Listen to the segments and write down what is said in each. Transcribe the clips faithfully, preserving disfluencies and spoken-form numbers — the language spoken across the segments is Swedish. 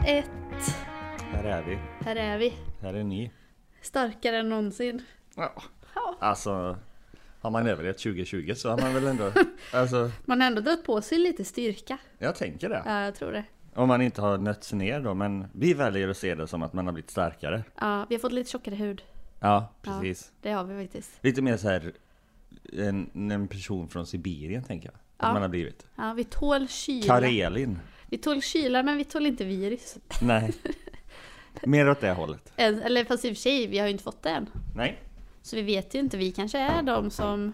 ett. Här är vi. Här är vi. Här är ni. Starkare än någonsin. Ja. Ja. Alltså, har man överlevt tjugo tjugo så har man väl ändå... Alltså, Man har ändå dragit på sig lite styrka. jag tänker det. Ja, jag tror det. Om man inte har nötts ner då, men vi väljer att se det som att man har blivit starkare. Ja, vi har fått lite tjockare hud. Ja, precis. Ja, det har vi faktiskt. Lite mer så här en, en person från Sibirien, tänker jag. Att Ja. man har blivit. Ja, vi tål kyla. Karelin. Vi tål kyla, men vi tål inte virus. Nej. Mer åt det hållet. En- Eller fast i och för sig, vi har ju inte fått det än. Nej. Så vi vet ju inte, vi kanske är de som...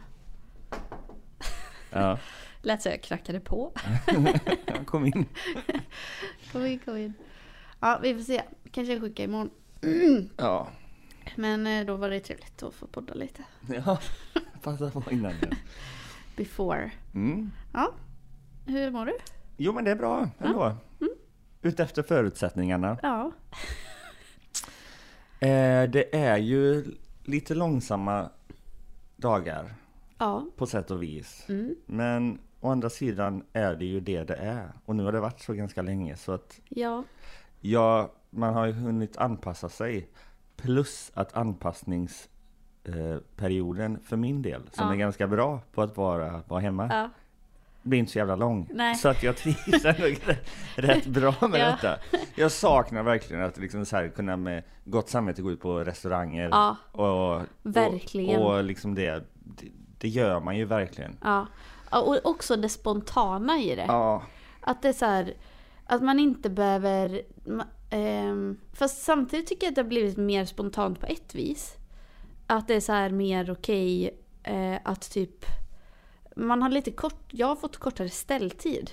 Ja. Lät så jag knackade på. Kom in. Kom in, kom in. Ja, vi får se. Kanske är sjuka imorgon. Ja. Men eh, då var det trevligt att få podda lite. Ja. Passa på innan det. Before. Mm. Ja. Hur mår du? Jo, men det är bra ändå. Mm. Utefter förutsättningarna. Ja. Eh, det är ju lite långsamma dagar Ja. på sätt och vis. Mm. Men å andra sidan är det ju det det är. Och nu har det varit så ganska länge så att Ja. ja, man har ju hunnit anpassa sig. Plus att anpassningsperioden för min del, som Ja. är ganska bra på att vara, vara hemma, Ja. blir inte så jävla lång. Nej. Så att jag trivs ändå rätt- rätt bra med Ja. detta. Jag saknar verkligen att liksom så här kunna med gott samvete gå ut på restauranger. Ja. Och, Verkligen. Och, och liksom det, det, det gör man ju verkligen. Ja. Ja, och också det spontana i det. Ja, Att det är så här, att man inte behöver... ma- ehm, fast samtidigt tycker jag att det har blivit mer spontant på ett vis. Att det är så här mer okej eh, att typ... Man har lite kort... Jag har fått kortare ställtid.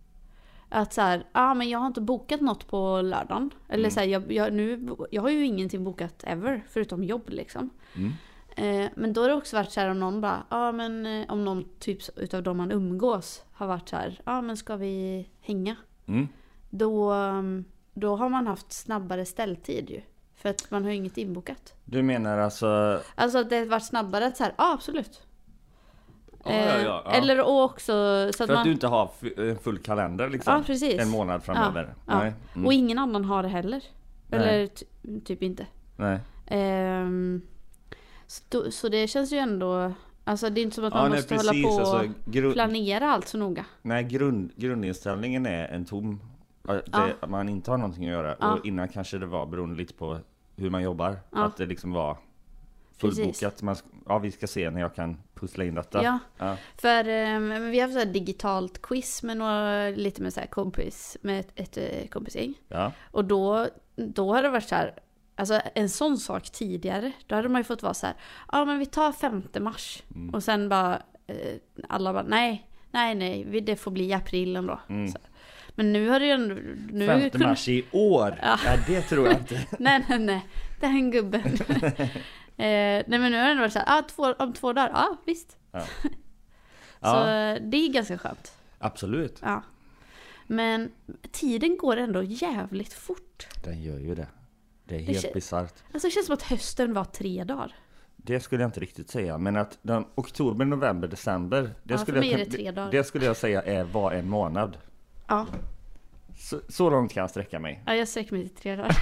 Att så här, ja ah, men jag har inte bokat något på lördagen. Eller Mm. så här, jag, jag, nu, jag har ju ingenting bokat ever, förutom jobb liksom. mm. Eh, men då har det också varit så här om någon bara, ja ah, men eh, om någon typ utav dem man umgås har varit så här, ja ah, men ska vi hänga? Mm. Då, um, då har man haft snabbare ställtid ju. För att man har ju inget inbokat. Du menar alltså... Alltså att det har varit snabbare att så här, ja ah, absolut. Ja, ja, ja, ja. Eller och också så att För man... att du inte har f- en full kalender liksom. Ja, precis. En månad framöver. Ja. Nej. Mm. Och ingen annan har det heller. Nej. Eller ty- typ inte. Nej. Ehm, så, då- så det känns ju ändå... Alltså det är inte som att Ja, man nej, måste precis. hålla på och Alltså, gru- planera allt så noga. Nej, grund, grundinställningen är en tom... Att det, Ja. man inte har någonting att göra. Ja. Och innan kanske det var beroende lite på hur man jobbar. Ja. Att det liksom var Precis. fullbokat. Man, sk- ja, vi ska se när jag kan pussla in detta. Ja. Ja. För um, vi har haft så här digitalt quiz med några, lite med så här kompis, med ett, ett eh, kompisgäng. Ja. Och då, då har det varit så här, alltså en sån sak tidigare, då hade man ju fått vara så här, ja men vi tar femte mars. Mm. Och sen bara, eh, alla bara, nej, nej, nej, vi- det får bli i april ändå. Mm. Så. Men nu har det ju ändå... Nu femte kunde- mars i år. Ja. Ja. Det tror jag inte. Nej, nej, nej. Den gubben. eh, nej, men nu har det ändå varit så här, ah, två, om två dagar, ja ah, visst. Ja. Så Ja, eh, det är ganska skönt. absolut. Ja. Men tiden går ändå jävligt fort. Den gör ju det. Det är Det helt kän- bisarrt. Alltså det känns som att hösten var tre dagar. Det skulle jag inte riktigt säga. Men att den, oktober, november, december. Det, Ja, för skulle mig jag, är det tre dagar. det, det skulle jag säga är, var en månad. Ja, Så, så långt kan jag sträcka mig. ja jag sträcker mig till tre dagar.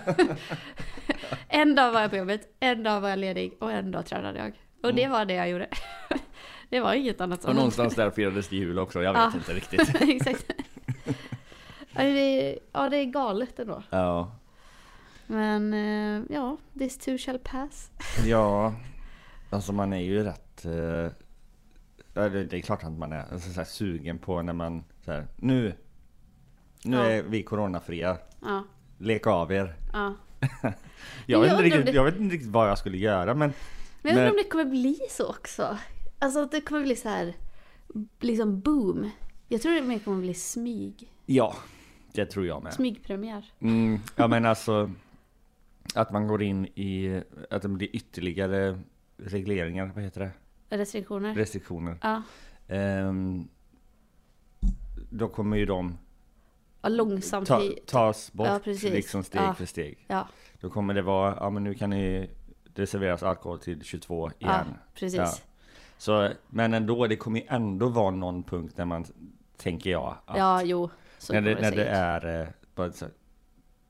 En dag var jag på jobbet, en dag var jag ledig och en dag tränade jag. Och det var det jag gjorde. Det var inget annat som Och någonstans där firades det jul också. Jag vet Ja. inte riktigt. Exakt. Ja, det är, ja, det är galet ändå. Ja. Men eh, ja, this too shall pass. Ja. Alltså man är ju rätt... eh, ja, det, det är klart att man är alltså, så här, sugen på när man... Så här, nu... Nu Ja. är vi coronafria. Ja, Leka av er. ja. Jag vet, Jag inte undrar om riktigt, det- jag vet inte riktigt vad jag skulle göra. Men, Men jag undrar Men- om det kommer bli så också. Alltså att det kommer bli så här, liksom boom. Jag tror det mer kommer bli smyg. ja, det tror jag med. Smygpremiär. Mm, ja men alltså att man går in i att det blir ytterligare regleringar, vad heter det? Restriktioner. Restriktioner. Ja. Ehm, då kommer ju de Ja, långsamt. ta, i- tas bort Ja, precis. liksom steg Ja. för steg. Ja, Då kommer det vara, ja men nu kan ni det serveras alkohol till tjugotvå ja, igen. precis. Ja. Så, men ändå, det kommer ju ändå vara någon punkt där man tänker jag att Ja, jo. Så när kommer det, när det säkert. är eh, bara så,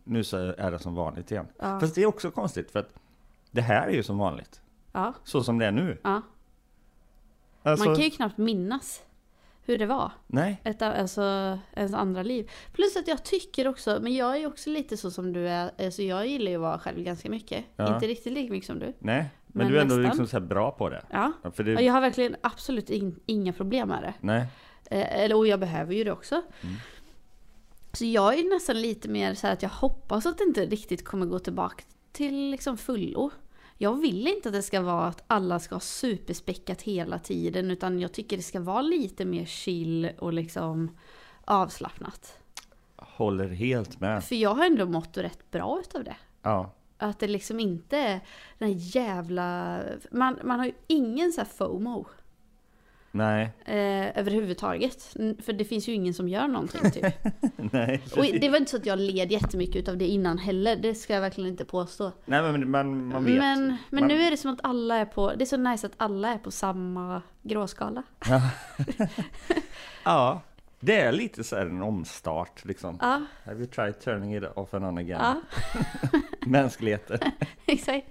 nu så är det som vanligt igen. Ja. Fast det är också konstigt för att det här är ju som vanligt. Ja. Så som det är nu. Ja. Alltså, Man kan ju knappt minnas hur det var. nej. Ett, alltså ens andra liv. Plus att jag tycker också, men jag är ju också lite så som du är. Alltså jag gillar ju att vara själv ganska mycket. Ja. Inte riktigt lika mycket som du. Nej, men, Men du är ändå nästan. liksom så här bra på det. Ja. Ja, för det Och jag har verkligen absolut in, inga problem med det. nej. Eh, eller, och jag behöver ju det också. Mm. Så jag är nästan lite mer så här att jag hoppas att det inte riktigt kommer gå tillbaka till liksom fullo. Jag vill inte att det ska vara att alla ska ha superspäckat hela tiden, utan jag tycker det ska vara lite mer chill och liksom avslappnat. Håller helt med. För jag har ändå mått rätt bra utav det. Ja. Att det liksom inte är den här jävla... Man, man har ju ingen så här FOMO Nej. eh, överhuvudtaget. N- För det finns ju ingen som gör någonting typ. Nej. Och det var inte så att jag led jättemycket utav det innan heller. Det ska jag verkligen inte påstå. Nej, men man, man vet. Men, men man... nu är det som att alla är på... Det är så nice att alla är på samma gråskala. Ja. Det är lite så här en omstart liksom. Ja, Have you tried turning it off and on again? ja. Mänskligheten. Exakt.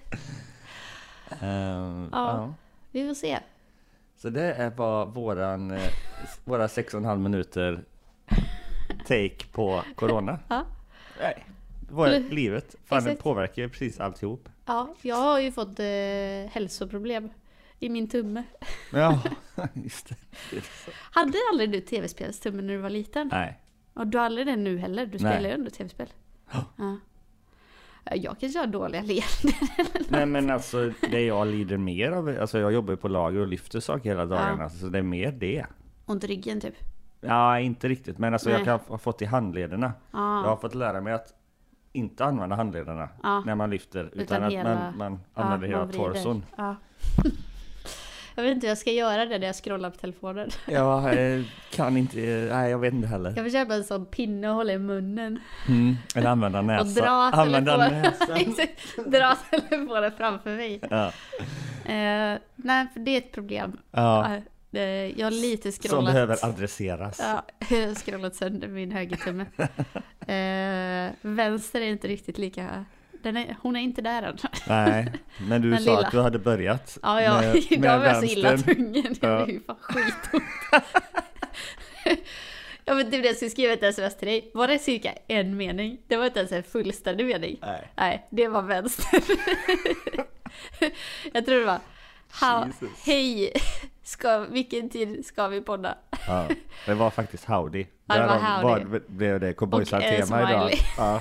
Ehm, Ja. ja. Vi får se. Så det är bara våran, eh, våra sex och en halv minuter take på corona. Ja. Nej, vad är livet? Fan, det Exakt. påverkar ju precis alltihop. Ja, jag har ju fått eh, hälsoproblem i min tumme. Ja, just det. Det är så. Hade aldrig du tv-spelstumme när du var liten? Nej. Och du har aldrig det nu heller? Du spelar Nej. ju ändå tv-spel. Ja. Jag kanske har dåliga leder. Nej, men alltså det jag lider mer av, alltså jag jobbar ju på lager och lyfter saker hela dagarna, Ja. så det är mer det. Ont i ryggen typ. Ja, inte riktigt, men alltså Nej. jag kan ha fått i handlederna. Ja. Jag har fått lära mig att inte använda handlederna Ja. när man lyfter, utan, Utan att hela- man, man använder hela man vrider. torson. Ja. Jag vet inte hur jag ska göra det när jag scrollar på telefonen. Jag eh, kan inte, nej jag vet inte heller. Jag vill köpa en sån pinne och hålla i munnen. Mm. Eller använda näsa. Och dra använda telefonen. näsan. Exakt. Dra telefonen framför mig. Ja. Eh, nej, för det är ett problem. Ja. Eh, jag har lite scrollat. Som behöver adresseras. Ja, jag har scrollat sönder min högertumme. Eh, vänster är inte riktigt lika... Den är, hon är inte där än. Nej, men du Den sa lilla. att du hade börjat Ja, ja. med, Idag med var jag så illa vänstern. tvungen. Det Ja. är ju fan skitont. Jag vet inte hur jag skulle skriva ett sms till dig. Var det cirka en mening? Det var inte ens en fullständig mening. Nej. Nej, det var vänster. Jag tror det var ha, Jesus. hej, ska, vilken tid ska vi podda? Ja, det var faktiskt howdy. Ja, det var Därav howdy. var- blev det Och en cowboysar-tema idag. smiley. Ja.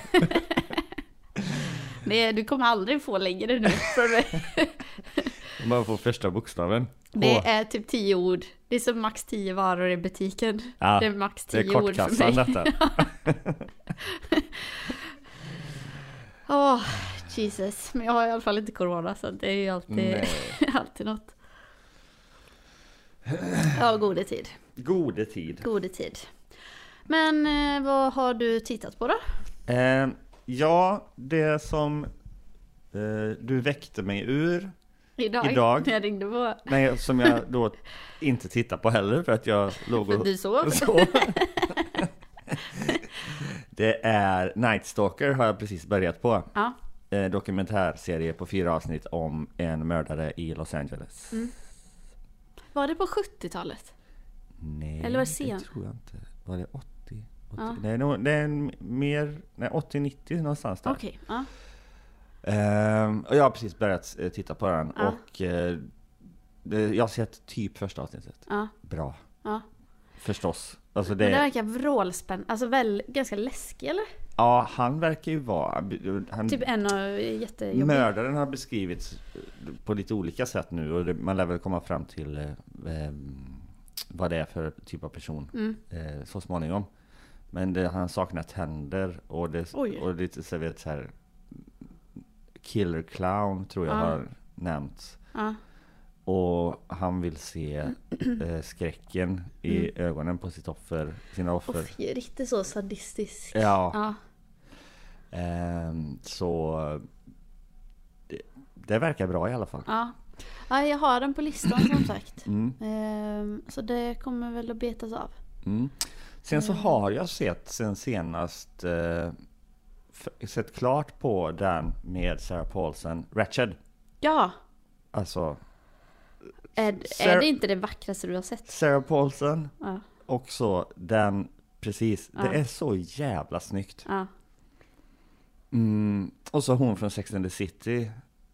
Det, du kommer aldrig få längre nu från mig. Man får första bokstaven. Det H. är typ tio ord. Det är som max tio varor i butiken. Ja, det är max det är tio ord för kortkassan mig. detta. Åh, oh, Jesus. Men jag har i alla fall inte corona, så det är ju alltid, Nej. alltid något. Ja, gode tid. Gode tid. Gode tid. Men eh, vad har du tittat på då? Eh, ja, det som eh, du väckte mig ur, Idag? Idag. När jag ringde på. nej, som jag då inte tittar på heller för att jag låg För och du sov? sov. Det är Night Stalker har jag precis börjat på. Ja. Eh, dokumentärserie på fyra avsnitt om en mördare i Los Angeles. Mm. Var det på sjuttiotalet? Nej, Eller var det sen? det tror jag inte. Var det åttio? åttio? Ja. Nej, no, det är en mer, nej, åttio nittio någonstans där. Okej, ja. Ehm, och jag har precis börjat eh, titta på den. Ja. Och eh, det, jag har sett typ första avsnittet. Ja. Bra. Ja. Förstås. Alltså det, Men det verkar vrålspännande. Alltså väl ganska läskig, eller? ja, han verkar ju vara... Han, Typ en och jättejobbig. mördaren har beskrivits på lite olika sätt nu. Och det, man lär väl komma fram till eh, eh, vad det är för typ av person Mm. eh, så småningom. Men det, han saknar tänder och, det, Oj. och lite så, vet, så här killer clown tror jag Ja. har nämnts. Ja. Och han vill se eh, skräcken i Mm. ögonen på sitt offer, sina offer. Och riktigt så sadistisk. Ja. Ja. Ehm, så det, det verkar bra i alla fall. Ja. Ja, jag har den på listan som sagt. Mm. Ehm, så det kommer väl att betas av. Mm. Sen så Mm. har jag sett sen senast eh, f- sett klart på den med Sarah Paulson, Ratched. Ja. Alltså... Är, Sarah, är det inte det vackraste du har sett? Sarah Paulson. Ja. Också den, precis. Ja. Det är så jävla snyggt. Ja. Mm, och så hon från Sex and the City.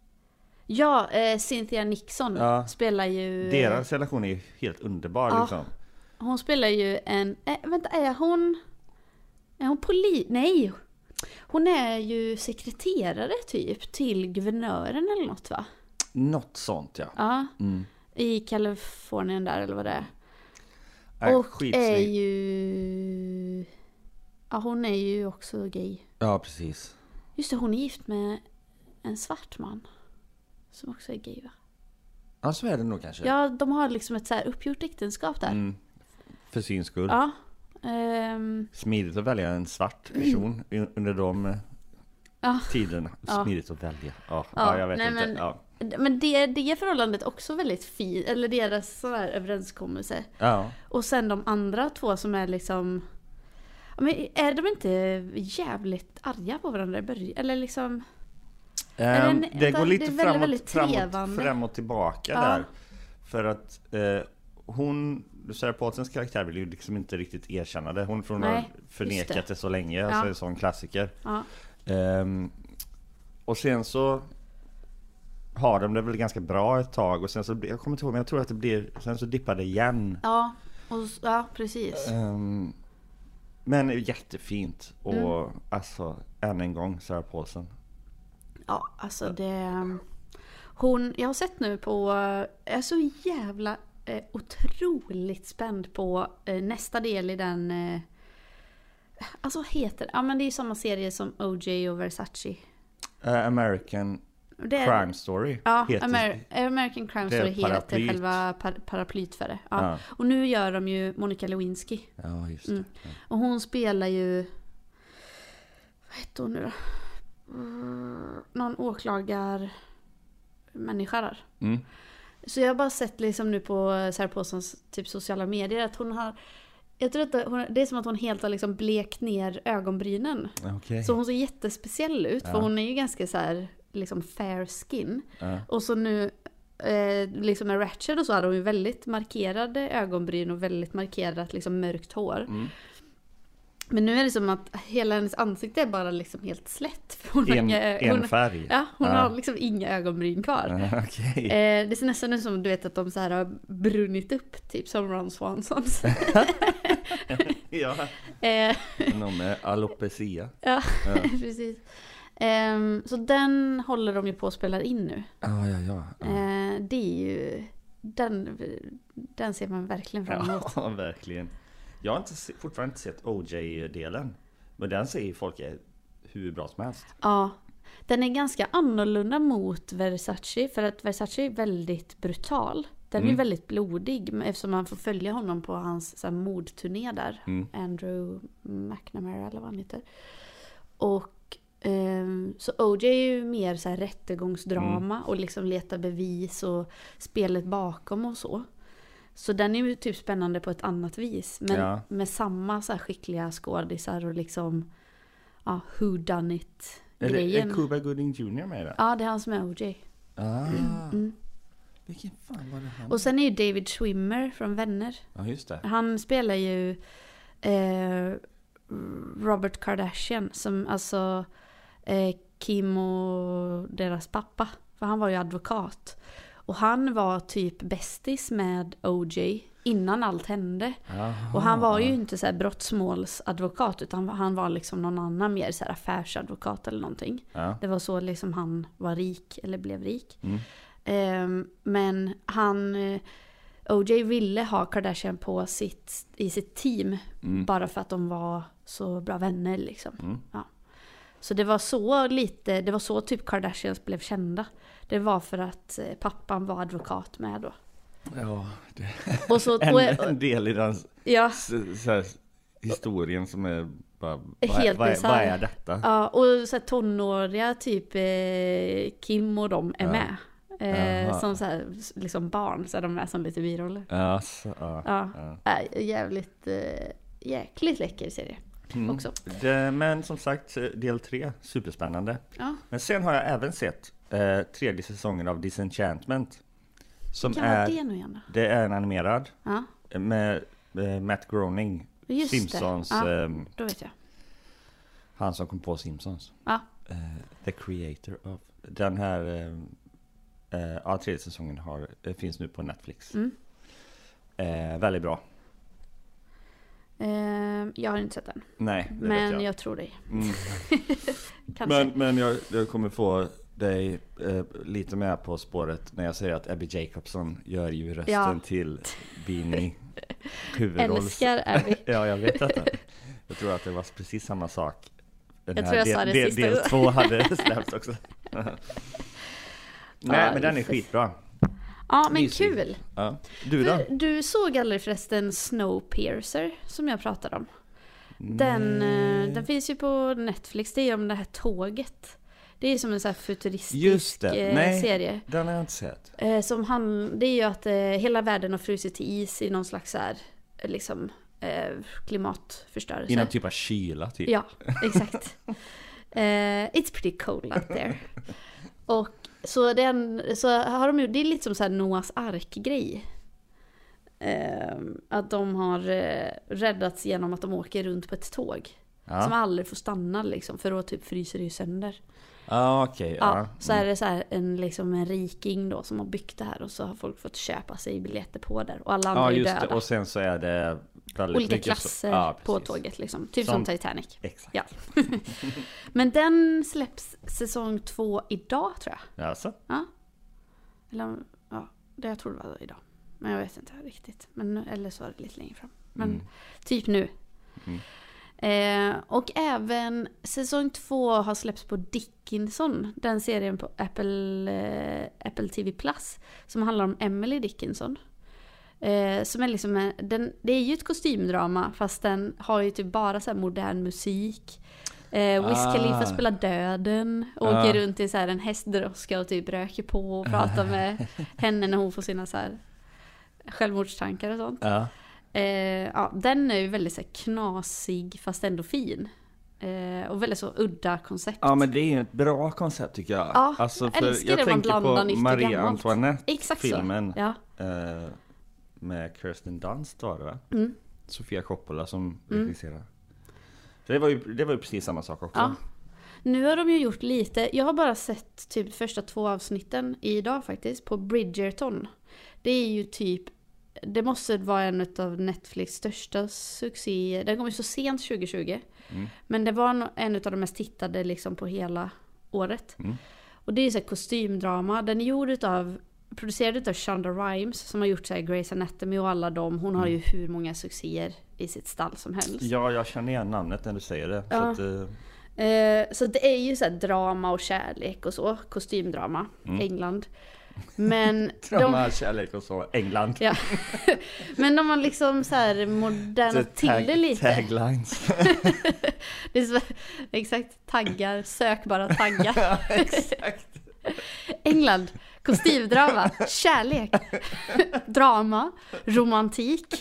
Ja, eh, Cynthia Nixon Ja. spelar ju... Deras relation är ju helt underbar Ja. liksom. Hon spelar ju en... Eh, vänta, är hon... Är hon poli... Nej! Hon är ju sekreterare typ till guvernören eller något, va? Något sånt, ja. Ja, Mm. i Kalifornien där eller vad det är. Nej, Och skitsnygg. är ju... Ja, hon är ju också gay. Ja, precis. Just det, hon är gift med en svart man. Som också är gay, va? Ja, så är det nog kanske. Ja, de har liksom ett så här uppgjort äktenskap där. Mm. För sin skull. Ja. Ehm, Smidigt att välja en svart person under de eh, ja. tiderna. Ja. Smidigt att välja. Ja, ja, Ja, jag vet nej, inte. men- Ja. Men det, det förhållandet också väldigt fint. Eller deras så här överenskommelse. Ja. Och sen de andra två som är liksom... Ja, men är de inte jävligt arga på varandra i början? Eller liksom... Är Ehm, det en- det går det lite är väldigt, framåt, väldigt framåt, trevande. fram och tillbaka Ja. där. För att eh, hon, Sarah Paulsons karaktär vill ju liksom inte riktigt erkänna det. Hon från Nej, har just förnekat det. det. så länge. Ja. Alltså en sån klassiker. Ja. Ehm, och sen så har de det väl ganska bra ett tag. Och sen så, blir- jag kommer inte ihåg, men jag tror att det blir, sen så dippar det igen. Ja, och, ja precis. Ehm, men jättefint. Och Mm. alltså, än en gång Sarah Paulson. Ja, alltså det... Hon, jag har sett nu på... Jag är så jävla eh, otroligt spänd på eh, nästa del i den... Eh, alltså heter... Ja, men det är ju samma serie som O J och Versace. Eh, American Det är, Crime Story. Ja, heter- Amer- American Crime det är Story heter paraplyt. själva par- paraplyt för det. Ja. Ja. Och nu gör de ju Monica Lewinsky. Ja, just det. Mm. Och hon spelar ju... Vad heter hon nu då? Mm, någon åklagar... människa där. Mm. Så jag har bara sett liksom nu på Sarah Paulsons typ sociala medier att hon har... Jag tror att det, hon, det är som att hon helt har liksom blekt ner ögonbrynen. Okej. Så hon ser jättespeciell ut. Ja. För hon är ju ganska så här liksom fair skin. Ja. Och så nu eh, liksom med Ratched och så hade hon ju väldigt markerade ögonbryn och väldigt markerat liksom mörkt hår. Mm. Men nu är det som att hela hennes ansikte är bara liksom helt slätt. För hon har En, inga, en hon, färg. ja, hon Ja. har liksom inga ögonbryn kvar. Ja, okej. Eh, det ser nästan ut som du vet att de så här har brunnit upp typ som Ron Swansons. Ja. eh, Någon med alopecia. ja, Ja. precis. Eh, så den håller de ju på att spela in nu. Ja, ja, ja. Ja, Eh, det är ju den, den ser man verkligen fram emot. ja verkligen. Jag har inte se, fortfarande inte sett O J-delen. Men den säger folk är hur bra som helst. Ja, den är ganska annorlunda mot Versace för att Versace är väldigt brutal. Den är Mm. ju väldigt blodig eftersom man får följa honom på hans så här, mordturné där. Mm. Andrew McNamara eller vad han heter. Och ehm, så O J är ju mer så här rättegångsdrama Mm. och liksom leta bevis och spelet bakom och så. Så den är ju typ spännande på ett annat vis. Men Ja. med samma så här skickliga skådisar och liksom ja, who done it Är, det, grejen. är Cuba Gooding junior med i den? Ja, det är han som är O J. Ah. Mm. Vilken fan var det han? Och sen är ju David Schwimmer från Vänner. Ja, just det. Han spelar ju eh, Robert Kardashian som alltså eh, Kim och deras pappa. För han var ju advokat. Och han var typ bästis med O J innan allt hände. Aha. Och han var ju inte så här brottsmålsadvokat utan han var liksom någon annan mer så här affärsadvokat eller någonting. Ja. Det var så liksom han var rik eller blev rik. Mm. Ehm, men han eh, O J ville ha Kardashian på sitt, i sitt team Mm. bara för att de var så bra vänner liksom. Mm. Ja. Så det var så lite, det var så typ Kardashians blev kända. Det var för att eh, pappan var advokat med då. Ja, det Och så, en, och, en del i den ja, s- så här, historien som är bara, vad, Helt vad, är- bisarr. vad är detta? ja, och så här tonåriga typ eh, Kim och de är Ja. med. Eh, Jaha. som så här, liksom barn så är de med som lite biroller. Ja, så, ja, Ja, ja. äh, jävligt äh, jäkligt läcker serie. Mm. också. Det, men som sagt, del tre, superspännande. Ja. Men sen har jag även sett eh, tredje säsongen av Disenchantment. Som Kan är, det nu igen då? det är en animerad Ja, med eh, Matt Groening, just Simpsons, det. Ja, ehm, då vet jag. han som kom på Simpsons. Ja. Eh, the creator of den här eh, eh, ja, tredje säsongen har, det finns nu på Netflix. Mm. Eh, väldigt bra. Eh, jag har inte sett den. Nej, det Men vet jag. jag tror dig. Mm. Kanske. Men, men jag, jag kommer få dig eh, lite med på spåret när jag säger att Abby Jacobson gör ju rösten Ja. till Beanie. Huvudroll. Älskar Abby. Ja, jag vet detta. Jag tror att det var precis samma sak. Den Jag här tror jag sa del, det del, sista del gången. två hade släppts också. Nej, Ja, men den är just det. skitbra. Ja, men Mysig. kul. Ja. Du då? För du såg aldrig förresten Snowpiercer som jag pratade om. Den, eh, den finns ju på Netflix. Det är om det här tåget. Det är som en så här futuristisk Just det. eh, Nej. serie. Den har jag inte sett. Eh, som han, det är ju att eh, hela världen har frusit till is i någon slags så här, eh, liksom, eh, klimatförstörelse. I någon typ av kyla typ. Ja, exakt. eh, it's pretty cold out there. Och så, den, så har de ju, det är lite som så här Noahs ark-grej. Eh, att de har eh, räddats genom att de åker runt på ett tåg. Ja, Som aldrig får stanna liksom, för då typ fryser det ju sönder. ah, okej. Ja, ja. så är det så här en, liksom en riking då som har byggt det här och så har folk fått köpa sig biljetter på där och alla andra Ja, är just döda. det. Och sen så är det väldigt Olika mycket klasser så, ja, på precis. tåget liksom. Typ Som- som, Titanic. Exakt. Ja. Men den släpps säsong två idag tror jag. Alltså. Eller ja, det jag tror det var idag. Men jag vet inte riktigt. Men, eller så var det lite längre fram. Men Mm. typ nu. Mm. Eh, och även säsong två har släppts på Dickinson. Den serien på Apple, eh, Apple T V Plus. Som handlar om Emily Dickinson. Eh, som är liksom en, den, det är ju ett kostymdrama. Fast den har ju typ bara så här modern musik. Eh, Wiz Ah. Khalifa spelar döden. Och Ah. åker runt i så här en hästdroska och typ röker på. Och pratar med henne när hon får sina så här självmordstankar och sånt. Ja. Eh, ja, den är ju väldigt så här, knasig fast ändå fin. Eh, och väldigt så udda koncept. Ja, men det är ju ett bra koncept tycker jag. Ja, alltså, för älskar jag det man tänker blandar på nytt och Marie gammalt. Antoinette Exakt filmen så. Ja. eh, med Kirsten Dunst var det va? Mm. Sofia Coppola som Mm. regisserar. Så det var ju det var ju precis samma sak också. Ja. Nu har de ju gjort lite. Jag har bara sett typ första två avsnitten idag faktiskt på Bridgerton. Det är ju typ, det måste vara en av Netflix största succéer. Den kom ju så sent tjugo tjugo. Mm. Men det var no- en av de mest tittade liksom på hela året. Mm. Och det är så här kostymdrama. Den är gjord utav, producerad utav Shonda Rhimes som har gjort så här Grey's Anatomy och alla dem. Hon har ju hur många succéer i sitt stall som helst. Ja, jag känner igen namnet när du säger det. Så Ja. att, eh, Eh, så det är ju så här drama och kärlek och så. Kostymdrama. Mm. England. Men drama, de, kärlek och så. England. ja. Men de har liksom så här modernat till det lite. Taglines. Det är så, exakt, taggar, sök bara taggar. Ja, exakt. England, kostymdrama, kärlek, drama, romantik,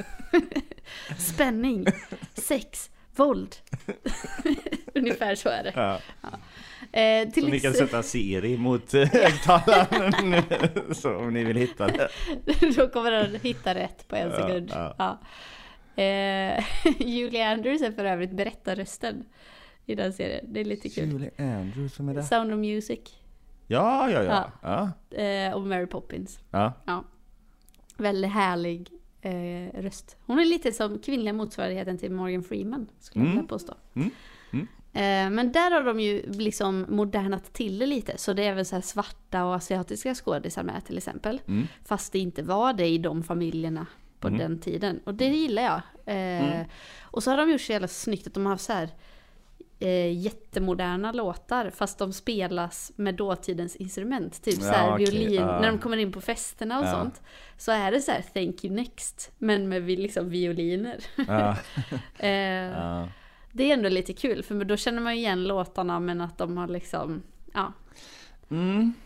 spänning, sex, våld. Ungefär så är det. Ja. Eh, till Så ni kan ex- sätta Siri mot eh, högtalaren så om ni vill hitta det. Då kommer den hitta rätt på en Ja, sekund. ja. Ja. Eh, Julie Andrews är för övrigt berättarrösten i den serien. Det är lite kul. Julie Andrews, som är det? Sound of Music Ja, ja, ja. Ja, eh, och Mary Poppins. ja. Ja. Väldigt härlig eh, röst. Hon är lite som kvinnliga motsvarigheten till Morgan Freeman, skulle jag Mm. vilja påstå. Mm. Mm. Eh, men där har de ju liksom modernat till det lite. Så det är väl så här svarta och asiatiska skådisar med till exempel. Mm. Fast det inte var det i de familjerna på Mm. den tiden. Och det gillar jag. Eh, Mm. Och så har de gjort så jävla snyggt att de har så här eh, jättemoderna låtar fast de spelas med dåtidens instrument. Typ så här Ja, okej, violin. ja. När de kommer in på festerna och Ja. sånt så är det så här thank you next. Men med vi- liksom violiner. Ja. eh, Ja. Det är ändå lite kul för då känner man ju igen låtarna men att de har liksom, ja. Mm.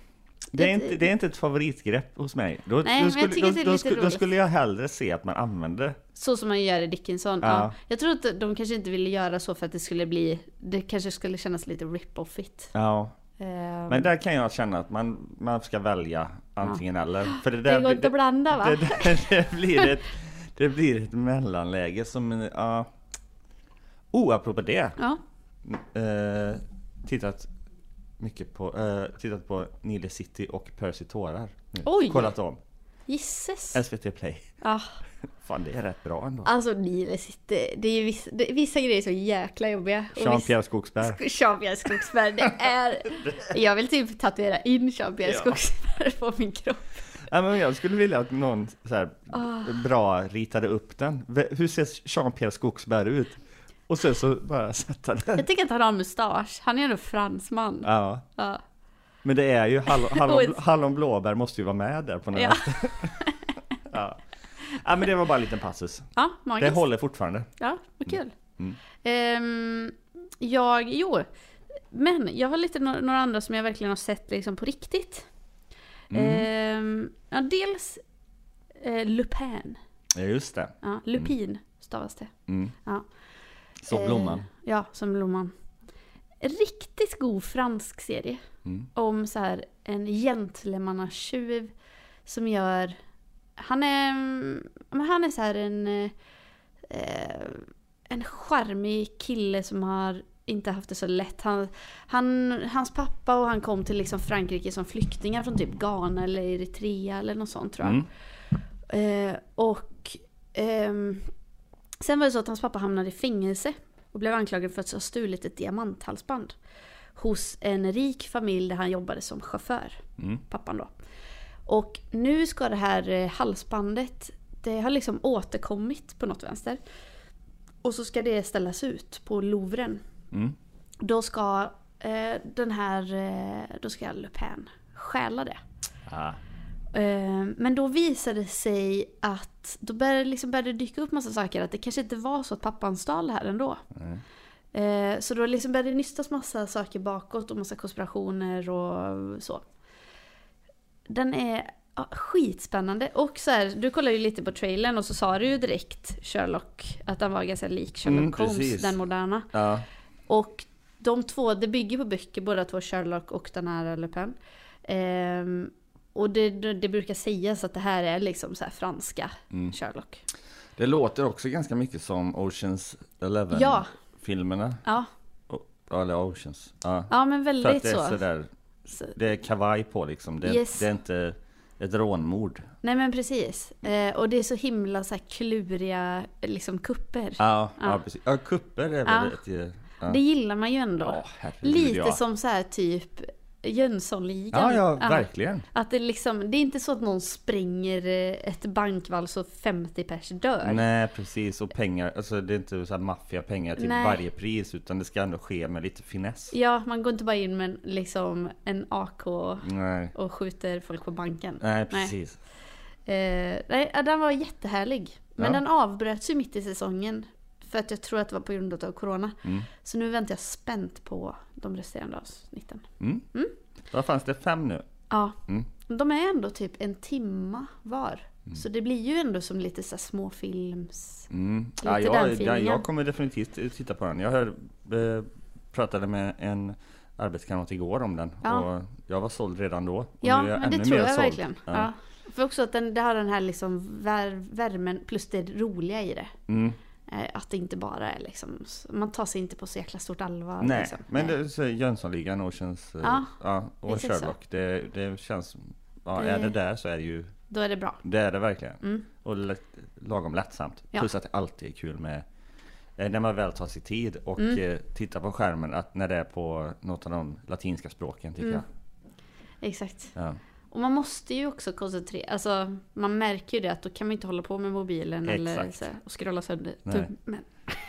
Det är, inte, det är inte ett favoritgrepp hos mig. Då, Nej, då, skulle, då, då, då, skulle, då skulle jag hellre se att man använder så som man gör i Dickinson. Ja. Ja. Jag tror att de kanske inte ville göra så för att det skulle bli, det kanske skulle kännas lite rip-offigt. Ja. Um, Men där kan jag känna att man, man ska välja antingen ja. eller. För det, där, det går inte att blanda, va? Det, det, det, blir ett, det blir ett mellanläge som... Ja. Oh, apropå det. Ja. Uh, tittat mycket på... Uh, tittat på Nile City och Percy Tårar. Oj! Kollat om. Gisses. S V T Play. Ja. Fan, det är rätt bra ändå. Alltså Nile City, det är vissa, det, vissa grejer är så jäkla jobbiga. Jean-Pierre Skogsberg. Jean-Pierre Skogsberg, det är... Jag vill typ tatuera in Jean-Pierre ja. Skogsberg på min kropp. Ja, men jag skulle vilja att någon så här oh. bra ritade upp den. Hur ser Jean-Pierre Skogsberg ut? Och sen så bara sätta den. Jag tycker att han har en mustasch. Han är ändå fransman. Ja. Ja. Men det är ju hallon, hallon, hallon blåbär måste ju vara med där på något ja. ja. Ja, men det var bara en liten passus. Ja, magiskt. Det håller fortfarande. Ja, vad kul. Mm. Um, jag, jo. Men jag har lite no- några andra som jag verkligen har sett liksom på riktigt. Mm. Um, ja, dels uh, Lupin. Ja, just det. Ja, Lupin mm. stavas det. Mm. Ja. Som blomman. Uh, ja, som blomman. Riktigt god fransk serie. Mm. Om så här en gentlemannatjuv som gör... Han är, men han är så här en, eh, en charmig kille som har inte haft det så lätt. Han, han, hans pappa och han kom till liksom Frankrike som flyktingar från typ Ghana eller Eritrea eller något sånt, tror jag. Mm. Eh, och eh, sen var det så att hans pappa hamnade i fängelse och blev anklagad för att ha stulit ett diamanthalsband hos en rik familj där han jobbade som chaufför. Mm. Pappan då. Och nu ska det här halsbandet, det har liksom återkommit på något vänster. Och så ska det ställas ut på Louvren. Mm. Då ska eh, den här, eh, då ska Lupin stjäla det. Ah. Eh, men då visade det sig att, då började, liksom började det dyka upp massa saker. Att det kanske inte var så att pappan stal det här ändå. Mm. Eh, så då liksom började det nystas massa saker bakåt och massa konspirationer och så. Den är ja, skitspännande. Och så här, du kollade ju lite på trailern och så sa du ju direkt Sherlock, att den var ganska lik Sherlock mm, Holmes, precis. Den moderna. Ja. Och de två, det bygger på böcker, båda två, Sherlock och den här Lupin. Ehm, och det, det, det brukar sägas att det här är liksom så här franska mm. Sherlock. Det låter också ganska mycket som Oceans Eleven ja. filmerna. Ja. O- eller Oceans. Ja. Ja, men väldigt så. så. Så där, det är kavaj på liksom. Det, yes. det är inte ett rånmord. Nej, men precis. Eh, och det är så himla så här kluriga liksom kupper. Ja, ja. ja precis. Ja, kupper är väl ja. ett... Ja. Det gillar man ju ändå. Ja, herregud, lite ja. som så här typ Jönssonligan. Ja, ja, verkligen. Att det liksom, det är inte så att någon spränger ett bankvalv så femtio pers dör. Nej, precis. Och pengar, alltså det är inte så här maffiapengar till Nej. varje pris, utan det ska ändå ske med lite finess. Ja, man går inte bara in med liksom en A K Nej. och skjuter folk på banken. Nej, precis. Nej, eh, nej den var jättehärlig. Men ja. den avbröts ju mitt i säsongen. För att jag tror att det var på grund av corona. Mm. Så nu väntar jag spänt på de resterande avsnitten. Mm. Mm. Då fanns det fem nu. Ja. Mm. De är ändå typ en timma var. Mm. Så det blir ju ändå som lite så småfilms... Mm. Ja, jag, ja, jag kommer definitivt titta på den. Jag hör, eh, pratade med en arbetskamrat igår om den. Ja. Och jag var såld redan då. Och ja, nu är jag men det ännu tror mer jag såld. verkligen. Ja. Ja. För också att den, det har den här liksom vär, värmen plus det roliga i det. Mm. Att det inte bara är liksom, man tar sig inte på så jäkla stort allvar. Nej, liksom. men det är Jönssonligan, Oceans ja, ja, och Sherlock. Det, det känns, ja, det, är det där så är det ju... Då är det bra. Det är det verkligen. Mm. Och lätt, lagom lättsamt. Ja. Plus att det alltid är kul med, när man väl tar sig tid och mm. tittar på skärmen, att när det är på något av de latinska språken, tycker mm. jag. Exakt. Ja. Och man måste ju också koncentrera, alltså man märker ju det att då kan man inte hålla på med mobilen eller så, och scrolla sönder tummen.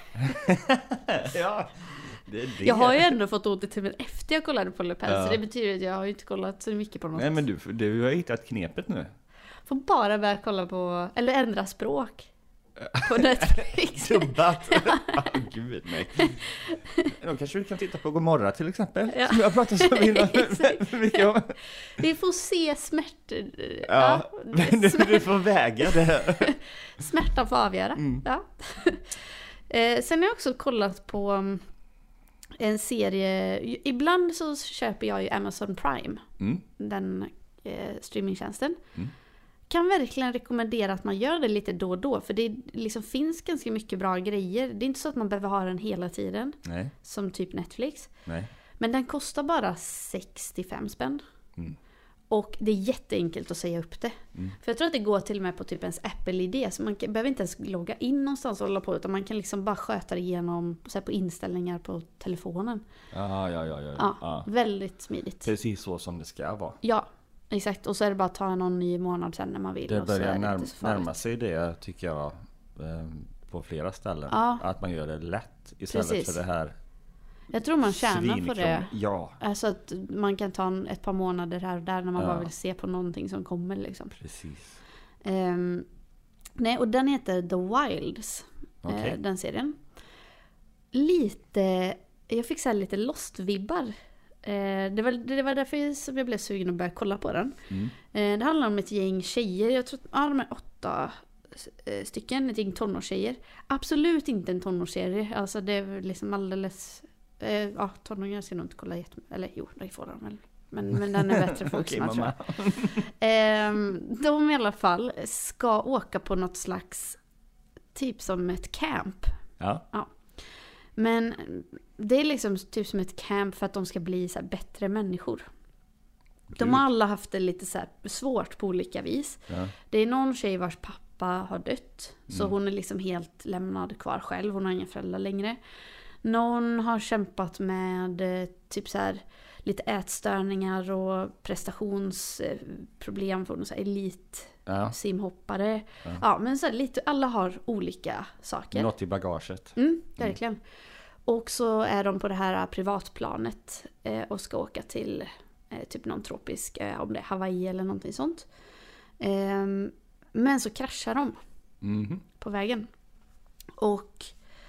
Ja, det är det. Jag har ju ändå fått ont i tummen efter jag kollade på Lupin, ja. Så det betyder att jag har ju inte kollat så mycket på något. Nej, men du, du har hittat knepet nu. Får bara börja kolla på, eller ändra språk. på Netflix. Dubbat? Ja, oh, gud nej. Då kanske vi kan titta på Gomorra till exempel. Ja. Som jag pratat så mycket om. Vi får se smärt... Ja, ja men du, du får väga det. Smärtan får avgöra. Mm. Ja. eh, sen har jag också kollat på en serie. Ibland så köper jag ju Amazon Prime. Mm. Den eh, streamingtjänsten. Mm. Kan verkligen rekommendera att man gör det lite då och då. För det liksom finns ganska mycket bra grejer. Det är inte så att man behöver ha den hela tiden. Nej. Som typ Netflix. Nej. Men den kostar bara sextiofem spänn. Mm. Och det är jätteenkelt att säga upp det. Mm. För jag tror att det går till och med på typ ens Apple-I D. Så man kan, behöver inte ens logga in någonstans och hålla på. Utan man kan liksom bara sköta det igenom så här, på inställningar på telefonen. Ja, ja, ja, ja, Ja, ja. väldigt smidigt. Precis så som det ska vara. Ja, exakt. Och så är det bara att ta någon ny månad sen när man vill. Det och så är börjar det närma, inte så farligt. närma sig det tycker jag eh, på flera ställen. Ja. Att man gör det lätt istället Precis. för det här Jag tror man tjänar på svinkrång. det. Ja, Alltså att man kan ta en, ett par månader här och där när man Ja. bara vill se på någonting som kommer liksom. precis. Ehm, nej, och den heter The Wilds. Okej. eh, den serien. Lite, jag fick så här lite Lost-vibbar. Eh, det, var, det var därför som jag blev sugen att börja kolla på den. Mm. Eh, det handlar om ett gäng tjejer. Jag tror ja, de är åtta eh, stycken. Ett gäng tonårstjejer. Absolut inte en tonårsserie. Alltså det är liksom alldeles... Eh, ja, tonåringar ska nog inte kolla jättemycket. Eller jo, det får de väl. Men, men den är bättre för Okej, vuxna, tror mamma. jag. Eh, de i alla fall ska åka på något slags... Typ som ett camp. Ja. Men det är liksom typ som ett camp för att de ska bli så här bättre människor. De Gud. har alla haft det lite så här svårt på olika vis. Ja. Det är någon tjej vars pappa har dött. Så Mm. hon är liksom helt lämnad kvar själv. Hon har inga föräldrar längre. Någon har kämpat med eh, typ så här lite ätstörningar och prestationsproblem för hon är så här elit Ja. simhoppare. Ja. Ja, men så här, lite, alla har olika saker. Något i bagaget. Mm, verkligen. Och så är de på det här privatplanet eh, och ska åka till eh, typ någon tropisk, eh, om det är Hawaii eller någonting sånt. Eh, men så kraschar de Mhm. på vägen. Och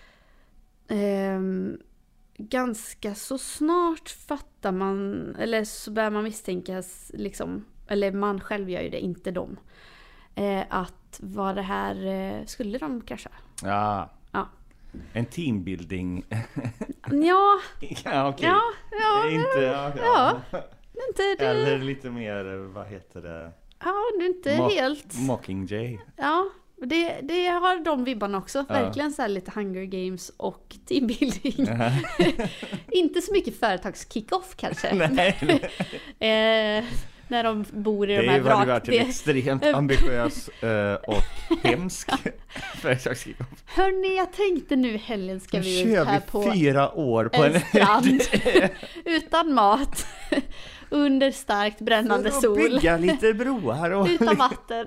eh, ganska så snart fattar man, eller så börjar man misstänkas, liksom, eller man själv gör ju det, inte de. Eh, att vad det här, eh, skulle de krascha? Ja. Ja. En teambuilding. Ja, Ja, okej. ja, ja. Inte, ja, Ja. Inte det, Eller lite mer, vad heter det? ja, det är inte Mo- helt. Mockingjay. Ja, det, det har de vibbarna också. Ja. Verkligen så här lite Hunger Games och teambuilding. Inte så mycket företagskick-off kanske. Nej, eh, när de bor i det de är här ju vad det vrak. varit en extremt ambitiös eh, och hemsk företagskickoff. Hörni, jag tänkte nu helgen ska Nu vi ut kör här vi på fyra år på en en strand. Utan mat. Under starkt brännande För att sol. bygga lite broar och, Utan vatten.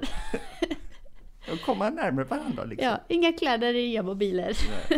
och komma närmare varandra liksom. Ja, inga kläder, inga mobiler.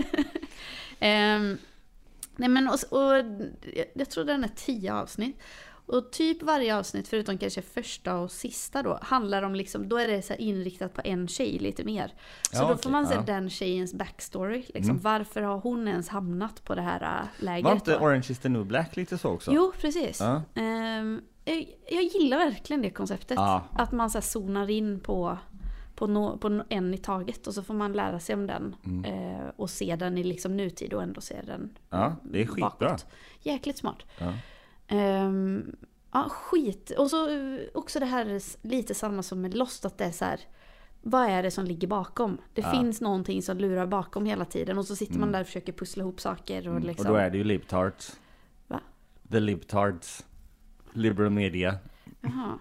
um, nej men och, och jag, jag tror den är tio avsnitt. Och typ varje avsnitt, förutom kanske första och sista då, handlar om liksom, då är det så här inriktat på en tjej lite mer. Så Ja, då okej, får man se ja. den tjejens backstory. Liksom, Mm. varför har hon ens hamnat på det här äh, lägret? Var inte då? Orange is the New Black lite så också? Jo, precis. Ja. Ehm, jag, jag gillar verkligen det konceptet. Ja. Att man så här zonar in på, på, no, på en i taget och så får man lära sig om den Mm. eh, och se den i liksom nutid och ändå se den Ja, det är skitbra. bakåt. Jäkligt smart. Ja. Ehm, ja, skit. Och så eh, också det här s- lite samma som med Lost, att det är så här, vad är det som ligger bakom? Det Ja. finns någonting som lurar bakom hela tiden och så sitter man Mm. där och försöker pussla ihop saker. Och, Mm. liksom, Och då är det ju libtards. Va? The libtards. Liberal media. Jaha.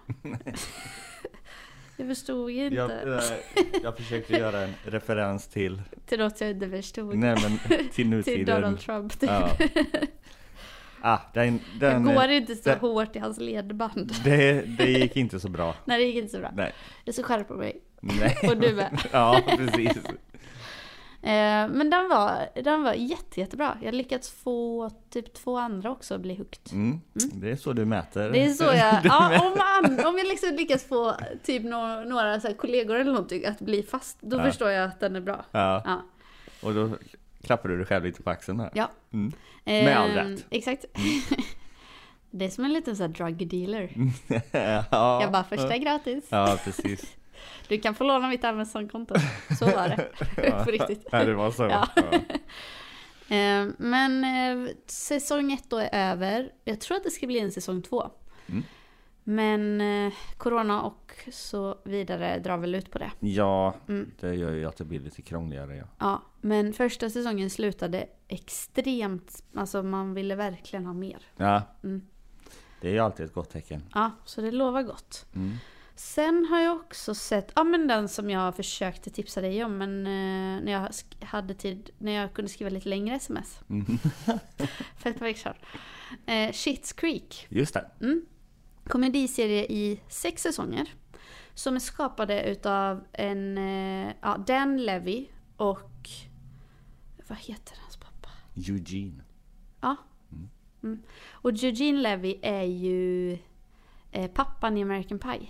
Jag förstod ju inte. Jag, eh, jag försökte göra en referens till, Till något jag inte förstod. nej men till Till nutiden. Donald Trump. Typ. Ja. Ah, den, Jag den, går inte så den- hårt i hans ledband. det, det gick inte så bra. Nej, det gick inte så bra. Nej. Jag ska skärpa mig. Nej. Och du med. Ja, precis. Eh, men den var, den var jätte, jättebra. Jag lyckats få typ två andra också att bli hooked. Mm. Mm. Det är så du mäter. Det är så jag, ja, om, man, om jag liksom lyckas få typ några, några så här kollegor eller någonting att bli fast, då ja. förstår jag att den är bra. Ja. Ja. Och då klappar du dig själv lite på axeln här. Ja. Mm. Med eh, all rätt. Exakt. Mm. Det är som en liten så här drug dealer. Ja. Jag bara, första gratis. Ja, precis. Du kan få låna mitt Amazon-konto. Så var det. Ja. På riktigt. Ja, det var så. Ja. Ja. Men eh, säsong ett då är över. Jag tror att det ska bli en säsong två. Mm. Men eh, corona och så vidare drar väl ut på det. Ja, mm. det gör ju att det blir lite krångligare. Ja. Ja, men första säsongen slutade extremt. Alltså man ville verkligen ha mer. Ja, mm. det är ju alltid ett gott tecken. Ja, så det lovar gott. Mm. Sen har jag också sett, ja men den som jag försökte tipsa dig om, men eh, när jag hade tid, när jag kunde skriva lite längre sms. Mm. För ett par veckor sedan. Eh, Schitt's Creek. Just det. Mm. Komediserie i sex säsonger. Som är skapade utav en, eh, ja, Dan Levy och, vad heter hans pappa? Eugene. Ja. Mm. Mm. Och Eugene Levy är ju eh, pappan i American Pie.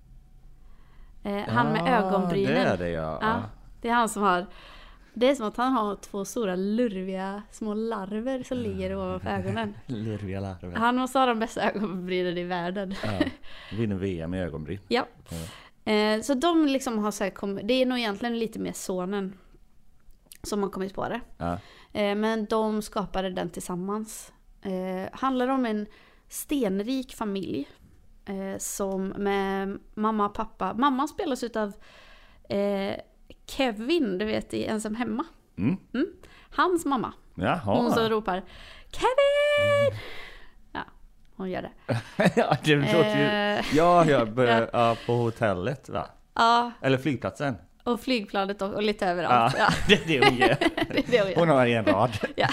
Han med ah, ögonbrynen. Det är det, ja. Ja, det är han som har. Det är som att han har två stora lurviga små larver som ligger ovanför ögonen. Lurviga larver. Han måste ha de bästa ögonbrynen i världen. Ja, vinner V M i ögonbryn. Ja. ja. Eh, så de liksom har så här kom, det är nog egentligen lite mer sonen som har kommit på det. Ja. Eh, men de skapade den tillsammans. Eh, handlar om en stenrik familj. Eh, som med mamma och pappa. Mamma spelas utav eh, Kevin, du vet, i Ensam hemma. Mm. Mm. Hans mamma. Jaha. Hon som ropar Kevin! Mm. Ja, hon gör det. Ja, det låter ju... Eh, ja, jag bör... ja, på hotellet, va? Ja. Eller flygplatsen. Och flygplanet och, och lite överallt. Ja, ja. Det är det hon gör. Det är det hon gör. Hon har en rad. Ja.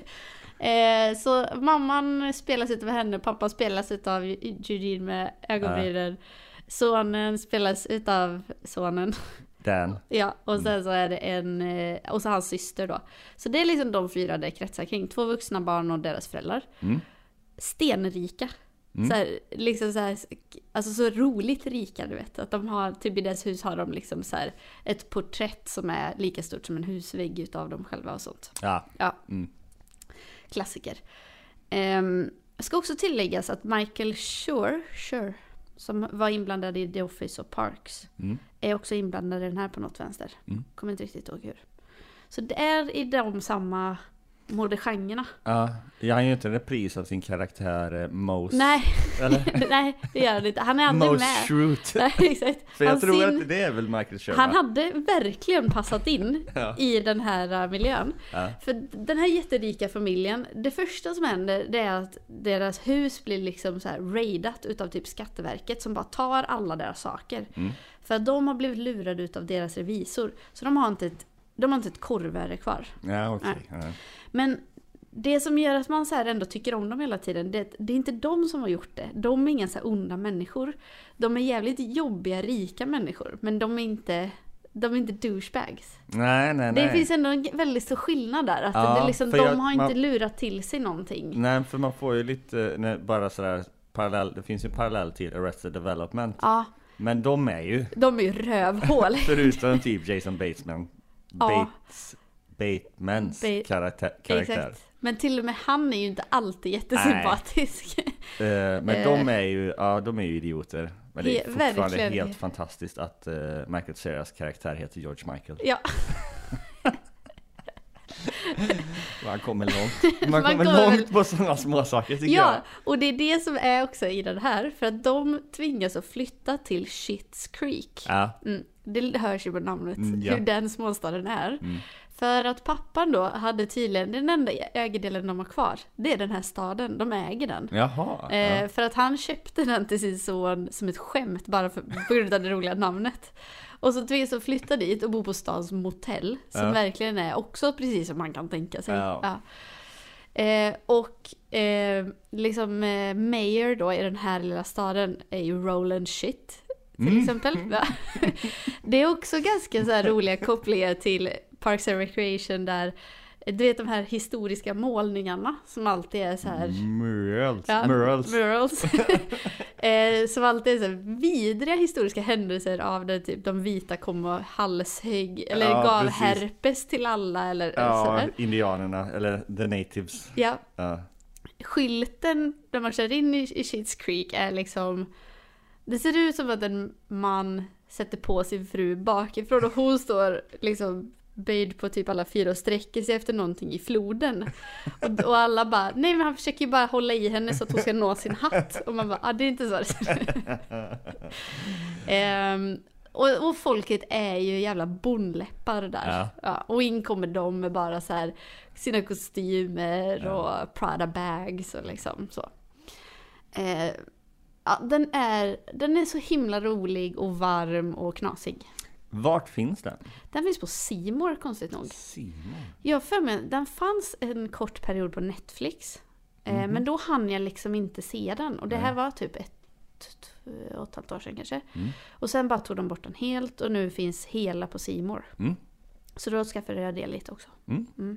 Eh, så mamman spelas utav henne, pappa spelas utav Eugene med ögonbrynen. Ja. Sonen spelas utav sonen. Den. Ja, och sen så är det en, och så hans syster då. Så det är liksom de fyra det kretsar kring. Två vuxna barn och deras föräldrar. Mm. Stenrika. Mm. Så här, liksom så här, alltså så roligt rika, du vet. Att de har, typ i deras hus har de liksom så här ett porträtt som är lika stort som en husvägg utav dem själva och sånt. Ja. Ja. Mm. Klassiker. Um, jag ska också tilläggas att Michael Schur, Schur, som var inblandad i The Office och Parks, mm. är också inblandad i den här på något vänster. Mm. Kommer inte riktigt ihåg hur. Så det är i de samma modegenrerna. Ja, jag har ju inte en repris av sin karaktär Most. Nej, eller? Nej, det gör han inte. Han är aldrig Most med. Shoot. Nej, exakt. För jag han tror sin... att det är väl Michael Schur. Han hade verkligen passat in ja. i den här miljön. Ja. För den här jätterika familjen, det första som händer det är att deras hus blir liksom så här raidat utav typ Skatteverket som bara tar alla deras saker. Mm. För att de har blivit lurade utav deras revisor. Så de har inte ett, de har inte ett korvvärde kvar. Ja, okej. Okay. Ja. Men det som gör att man så här ändå tycker om dem hela tiden, det, det är inte de som har gjort det. De är inga så här onda människor. De är jävligt jobbiga, rika människor. Men de är inte, de är inte douchebags. Nej, nej, det nej. finns ändå en väldigt stor skillnad där. Att ja, det liksom, de jag, har man, inte lurat till sig någonting. Nej, för man får ju lite, nej, bara sådär parallell, det finns ju parallell till Arrested Development. Ja. Men de är ju... De är ju rövhål. Förutom typ Jason Bateman. Ja. Bates, Batemans Ba- karaktär. karaktär. Exakt. Men till och med han är ju inte alltid jättesympatisk. Uh, men de är ju, ja, de är ju idioter. Men det är He- fortfarande verkligen. helt fantastiskt att uh, Michael Ceras karaktär heter George Michael. Ja. Man kommer långt. Man, Man kommer kommer långt väl... på sådana små saker tycker ja, jag. och det är det som är också i den här. För att de tvingas att flytta till Schitt's Creek. Ja. Mm, det hörs ju på namnet, mm, ja. hur den småstaden är. Mm. För att pappan då hade tydligen, den enda ägedelen de har kvar, det är den här staden, de äger den. Jaha. Eh, ja. För att han köpte den till sin son som ett skämt, bara för, på grund av det roliga namnet. Och så tvingas de flytta dit och bo på stans motell, som ja. verkligen är också precis som man kan tänka sig. Ja. Ja. Eh, och eh, liksom eh, mayor då i den här lilla staden är ju Roland Shit till mm. exempel. Ja. Det är också ganska så här roliga kopplingar till Parks and Recreation där, du vet de här historiska målningarna som alltid är så här Murals. ja, Murals. murals. eh, som alltid är så här vidriga historiska händelser av det, typ de vita kom och halshögg eller Ja, gav precis. herpes till alla eller så Ja, här. indianerna eller the natives. Ja. Ja. Skylten när man kör in i, i Schitt's Creek är liksom, det ser ut som att en man sätter på sin fru bakifrån och hon står liksom böjd på typ alla fyra och sträcker sig efter någonting i floden. Och, och alla bara, nej men han försöker ju bara hålla i henne så att hon ska nå sin hatt. Och man bara, ah, det är inte så det ser ut. um, och, och folket är ju jävla bondläppar där. Ja. Ja, och in kommer de med bara så här sina kostymer Ja. och Prada bags och liksom så. Uh, ja, den är, den är så himla rolig och varm och knasig. Vart finns den? Den finns på C More, konstigt nog. Simon. Jag för mig, den fanns en kort period på Netflix. Eh, Mhm. men då hann jag liksom inte se den. Och det här Nej. var typ ett, två, åtta och ett halvt år sedan kanske. Mm. Och sen bara tog de bort den helt och nu finns hela på C More. Mm. Så då skaffade jag det lite också. Mm. Mm.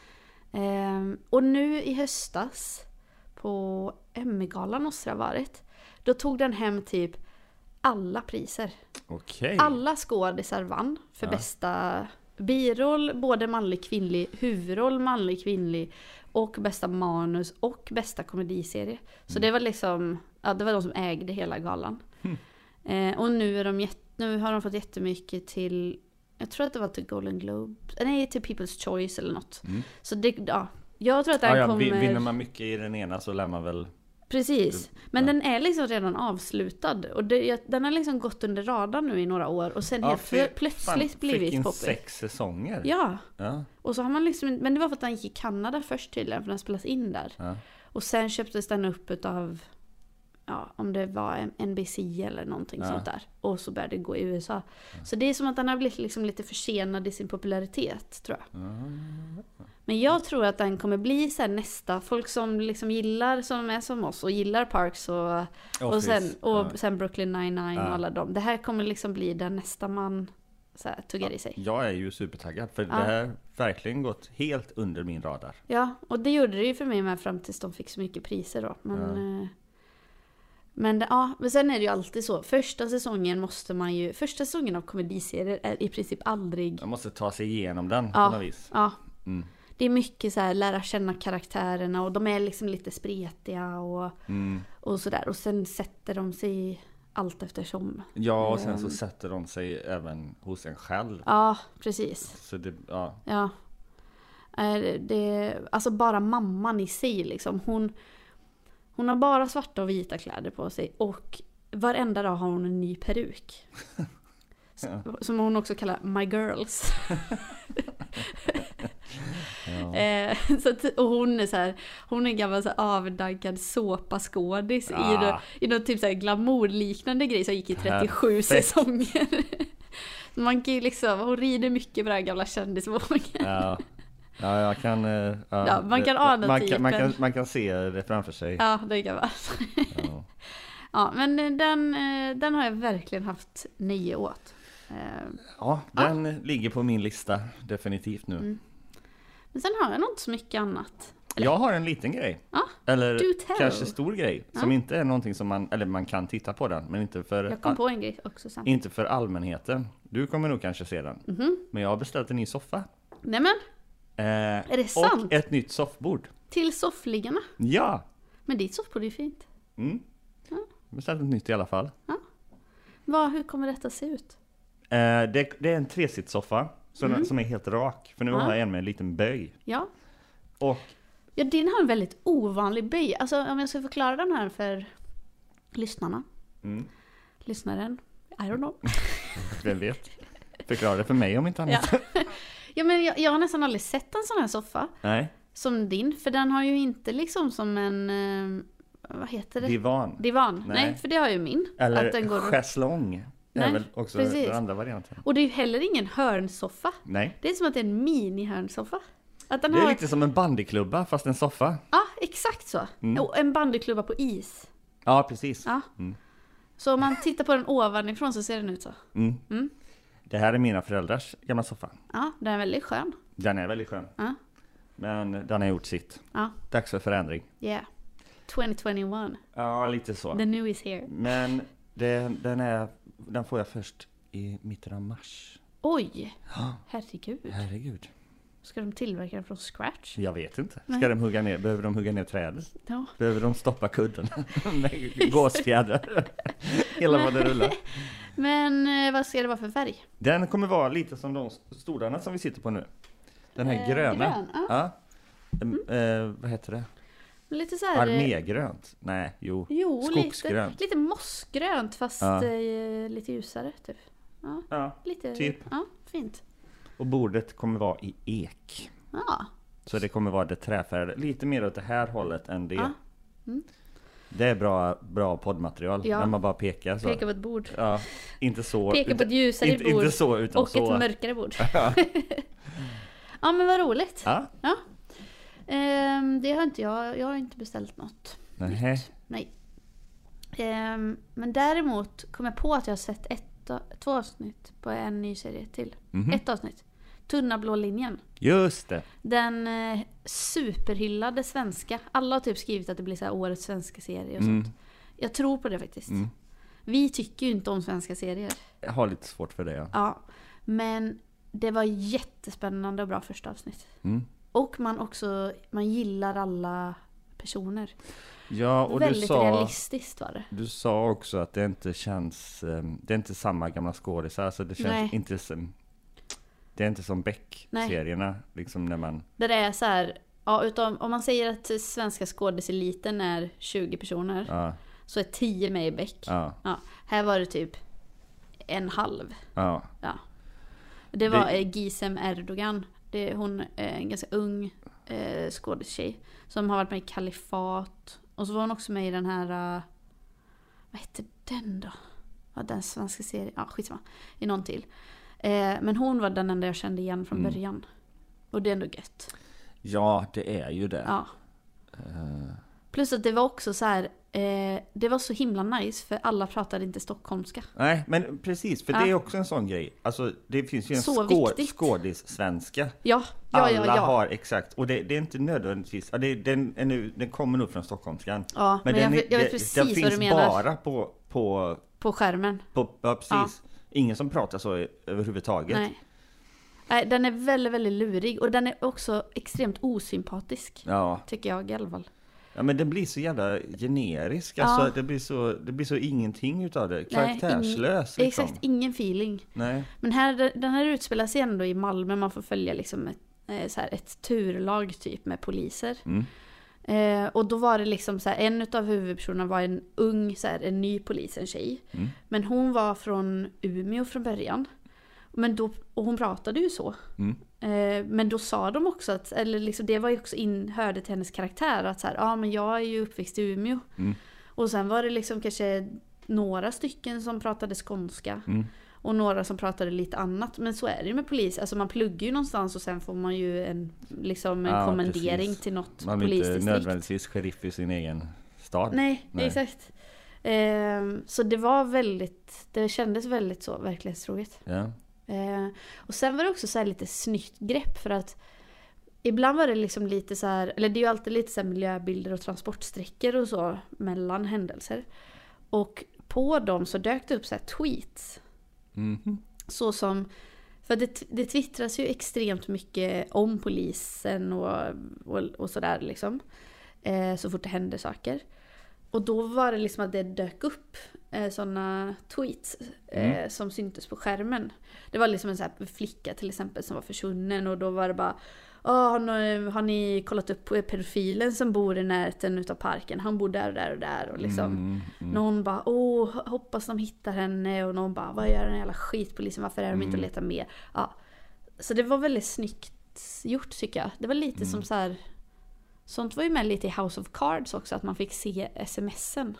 Eh, och nu i höstas på Emmy-galan måste det ha varit. Då tog den hem typ alla priser. Okej. Alla skådisar vann för Ja. bästa biroll, både manlig, kvinnlig, huvudroll, manlig, kvinnlig och bästa manus och bästa komediserie. Så Mm. det var liksom, ja, det var de som ägde hela galan. Mm. Eh, och nu, är de jätt, nu har de fått jättemycket till, jag tror att det var till Golden Globe, nej till People's Choice eller något. Mm. Så det, ja, jag tror att den Ja, ja, kommer... vi- vinner man mycket i den ena så lär man väl... Precis, men Ja. den är liksom redan avslutad och det, den har liksom gått under radarn nu i några år och sen Ja, helt för- plö- plötsligt fan, blivit fick in poppig. sex säsonger. Ja, Ja. och så har man liksom, men det var för att den gick i Kanada först tydligen, för den spelas in där. Ja. Och sen köptes den upp av, ja, om det var N B C eller någonting Ja. sånt där. Och så började det gå i U S A. Så det är som att den har blivit liksom lite försenad i sin popularitet, tror jag. Men jag tror att den kommer bli så här nästa, folk som liksom gillar, som är som oss och gillar Parks och, och, Office. sen, och Ja. sen Brooklyn Nine-Nine Ja. och alla dem. Det här kommer liksom bli där nästa man så här, tuggar i sig. Jag är ju supertaggad för Ja. det här har verkligen gått helt under min radar. Ja, och det gjorde det ju för mig med fram tills de fick så mycket priser då. Men, Ja. eh, men, det- ja, men sen är det ju alltid så. Första säsongen måste man ju, första säsongen av komediserier är i princip aldrig, Man måste ta sig igenom den Ja. på något vis. ja. Mm. Det är mycket så här lära känna karaktärerna och de är liksom lite spretiga och, Mm. och sådär. Och sen sätter de sig allt eftersom. Ja, och sen Mm. så sätter de sig även hos en själv. Ja, precis. Så det, ja. Ja. Eh, Det, alltså bara mamman i sig liksom. Hon, hon har bara svarta och vita kläder på sig. Och varenda dag har hon en ny peruk. S- Som hon också kallar My Girls. Ja. Eh, så att, och hon är så här, hon är en gammal så här avdankad såpaskådis i, Ah. nå- i någon typ så här glamourliknande grej som gick i trettiosju Perfekt. säsonger. Man kan ju liksom, hon rider mycket på den här gamla kändisvågen. Ja. Ja, jag kan... eh, Ja, Ja, man kan ana man kan, man, typen. kan, man kan se det framför sig. Ja, det kan vara. Ja. Ja, men den, eh, den har jag verkligen haft nio åt. Eh, Ja, den ligger på min lista definitivt nu. Mm. Men sen har jag nog inte så mycket annat. Jag har en liten grej. Ja, Eller do tell. kanske stor grej. Som Ja. inte är någonting som man... Eller man kan titta på den. Men inte för, Jag kom på en grej också sen. inte för allmänheten. Du kommer nog kanske se den. Mhm. Men jag har beställt en ny soffa. Nämen, Eh, är det sant? och ett nytt soffbord. Till soffliggarna. Ja! Men ditt soffbord är ju fint. Mm. Ja. Beställt ett nytt i alla fall. Vad, hur kommer detta se ut? Eh, det, det är en tresitssoffa. Som, Mm. som är helt rak. För nu Ja. har jag en med en liten böj. Ja. Och Ja, din har en väldigt ovanlig böj. Alltså om jag ska förklara den här för lyssnarna. mm, Lyssnaren. I don't know. vem vet? Förklara det för mig om inte annat. Ja, ja men jag, jag har nästan aldrig sett en sån här soffa. Nej, Som din. För den har ju inte liksom som en... Eh, vad heter det? divan. Divan. Nej. Nej. för det har ju min. Eller att den går... schäslong. Det Nej, är väl också precis. den andra varianten. Och det är ju heller ingen hörnsoffa. Nej. Det är som att det är en mini-hörnsoffa. Att den Det är har... lite som en bandyklubba fast en soffa. Ja, exakt så. Mm. Och en bandyklubba på is. Ja, precis. Ja. Mm. Så om man tittar på den ovanifrån så ser den ut så. Mm. Mm. Det här är mina föräldrars gamla soffa. Ja, den är väldigt skön. Den är väldigt skön. Ja. Men den har gjort sitt. Ja. Dags för förändring. Yeah. tjugo tjugoett. Ja, lite så. The new is here. Men det, den, är, den får jag först i mitten av mars. Oj! Ja. Herregud. Herregud. Ska de tillverka den från scratch? Jag vet inte. Nej. Ska de hugga ner? Behöver de hugga ner trädet? Ja. Behöver de stoppa kudden med gåsfjädrar? Hela vad det rullar. Men eh, vad ska det vara för färg? Den kommer vara lite som de stolarna som vi sitter på nu. Den här Eh, gröna. grön, ja. Ja. Mm. Eh, vad heter det? Lite så här... Armégrönt? Nej, jo. Jo, Skogsgrönt. Lite, lite mossgrönt fast Ja. eh, lite ljusare typ. Ja, Ja, lite, typ. Ja, fint. Och bordet kommer vara i ek. Ja, Så det kommer vara det träfärgade. Lite mer åt det här hållet än det. Ja. Mm. Det är bra, bra poddmaterial. Ja. När man bara pekar så. peka på ett bord. Ja, inte så. Peka på ett ljusare inte, bord. inte så utan Och så. ett mörkare bord. Ja, men vad roligt. Ja. Ja. Ehm, det har inte jag. Jag har inte beställt något. Nej. Nej. Ehm, men däremot kom jag på att jag har sett ett, två avsnitt på en ny serie till. Mhm. Ett avsnitt. Tunna blå linjen. Just det. Den eh, superhyllade svenska. Alla har typ skrivit att det blir så här årets svenska serie och Mm. sånt. Jag tror på det faktiskt. Mm. Vi tycker ju inte om svenska serier. Jag har lite svårt för det. Ja. Ja, men det var jättespännande och bra första avsnitt. Mm. Och man också, man gillar alla personer. Ja, och du Väldigt sa, realistiskt var det. du sa också att det inte känns, um, det är inte samma gamla skådisar, så det känns Nej. inte som, det är inte som Beck-serierna, liksom när man, Där det är så här, ja, utom, om man säger att svenska skådiseliten är tjugo personer, ja, så är tio med i Beck. ja, Ja, här var det typ en halv. ja, Ja. Det var Det- det... Gizem Erdogan. Det är hon är en ganska ung eh, skådespelare som har varit med i Kalifat. Och så var hon också med i den här... Uh, vad heter den då? Ja, den svenska serien. Ja, skitsamma. I någon till. Eh, men hon var den enda jag kände igen från Mm. början. Och det är ändå gött. ja, det är ju det. Ja. Eh, Plus att det var också så här... Eh, det var så himla nice för alla pratade inte stockholmska. nej, men precis, för Ja. det är också en sån grej. Alltså, det finns ju en Så skå- viktigt. skådis-svenska. Ja, ja, Alla ja, ja. har exakt, och det, det är inte nödvändigtvis, ja, det, den, är nu, den kommer nog från stockholmskan. Ja, men, jag, den, vet- jag vet det- precis den vad finns du menar. bara på, på, På skärmen. på ja, precis. Ingen som pratar så i- överhuvudtaget. Nej. Nej, den är väldigt, väldigt lurig. Och den är också extremt osympatisk. Ja. Tycker jag i alla fall. ja, men den blir så jävla generisk. Ja. Alltså, det, blir så, det blir så ingenting utav det. Karaktärslös. ing- liksom. Exakt, ingen feeling. Nej. Men här, den här utspelar sig ändå i Malmö. Man får följa liksom ett, eh, så här, ett turlag typ med poliser. Mm. Eh, och då var det liksom så här, en av huvudpersonerna var en ung, så här, en ny polis, en tjej. Mm. Men hon var från Umeå från början. Men då, och hon pratade ju så. Mm. Eh, men då sa de också att, eller liksom, det var ju också inhörde till hennes karaktär att så här, ja men jag är ju uppväxt i Umeå. Mm. Och sen var det liksom kanske några stycken som pratade skånska. Mm. Och några som pratade lite annat. Men så är det ju med polis. Alltså man pluggar ju någonstans och sen får man ju en, liksom en Ja, kommendering precis. till något Man blir inte polisdistrikt. nödvändigtvis sheriff i sin egen stad. Nej, Nej. exakt. Eh, så det var väldigt, det kändes väldigt så verklighetstroget. Ja. Eh, och sen var det också så här lite snyggt grepp för att ibland var det liksom lite så här, eller det är ju alltid lite så här miljöbilder och transportsträckor och så mellan händelser. Och på dem så dök det upp så här tweets. Mhm. Så som, för det, det twittras ju extremt mycket om polisen och, och, och sådär liksom. Eh, så fort det händer saker. Och då var det liksom att det dök upp eh, sådana tweets eh, Mm. som syntes på skärmen. Det var liksom en sån här flicka till exempel som var försvunnen och då var det bara Åh, har, ni, har ni kollat upp på pedofilen som bor i närheten utav parken? Han bor där och där och där och liksom Mm, mm. någon bara, åh, hoppas de hittar henne och någon bara, vad gör den jävla skitpolisen? Varför är de inte och Mm. letar mer? Ja. Så det var väldigt snyggt gjort tycker jag. Det var lite Mm. som så här. Sånt var ju med lite i House of Cards också, att man fick se smsen.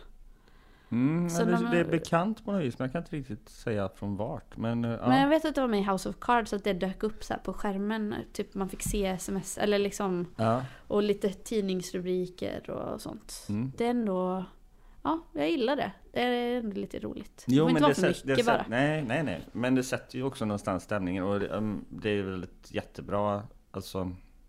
Mm, Så ja, det, de- det är bekant på något vis, men jag kan inte riktigt säga från vart. Men, eh, ja. Men jag vet att det var med i House of Cards att det dök upp så här på skärmen. Typ man fick se sms, eller liksom, Ja. och lite tidningsrubriker och sånt. Mm. Det är ändå, ja, jag gillar det. Det är ändå lite roligt. Jo, det men inte det, för sätt, mycket det bara. sätt, nej, nej, nej. Men det sätter ju också någonstans stämningen. Och det, um, det är väl ett jättebra, alltså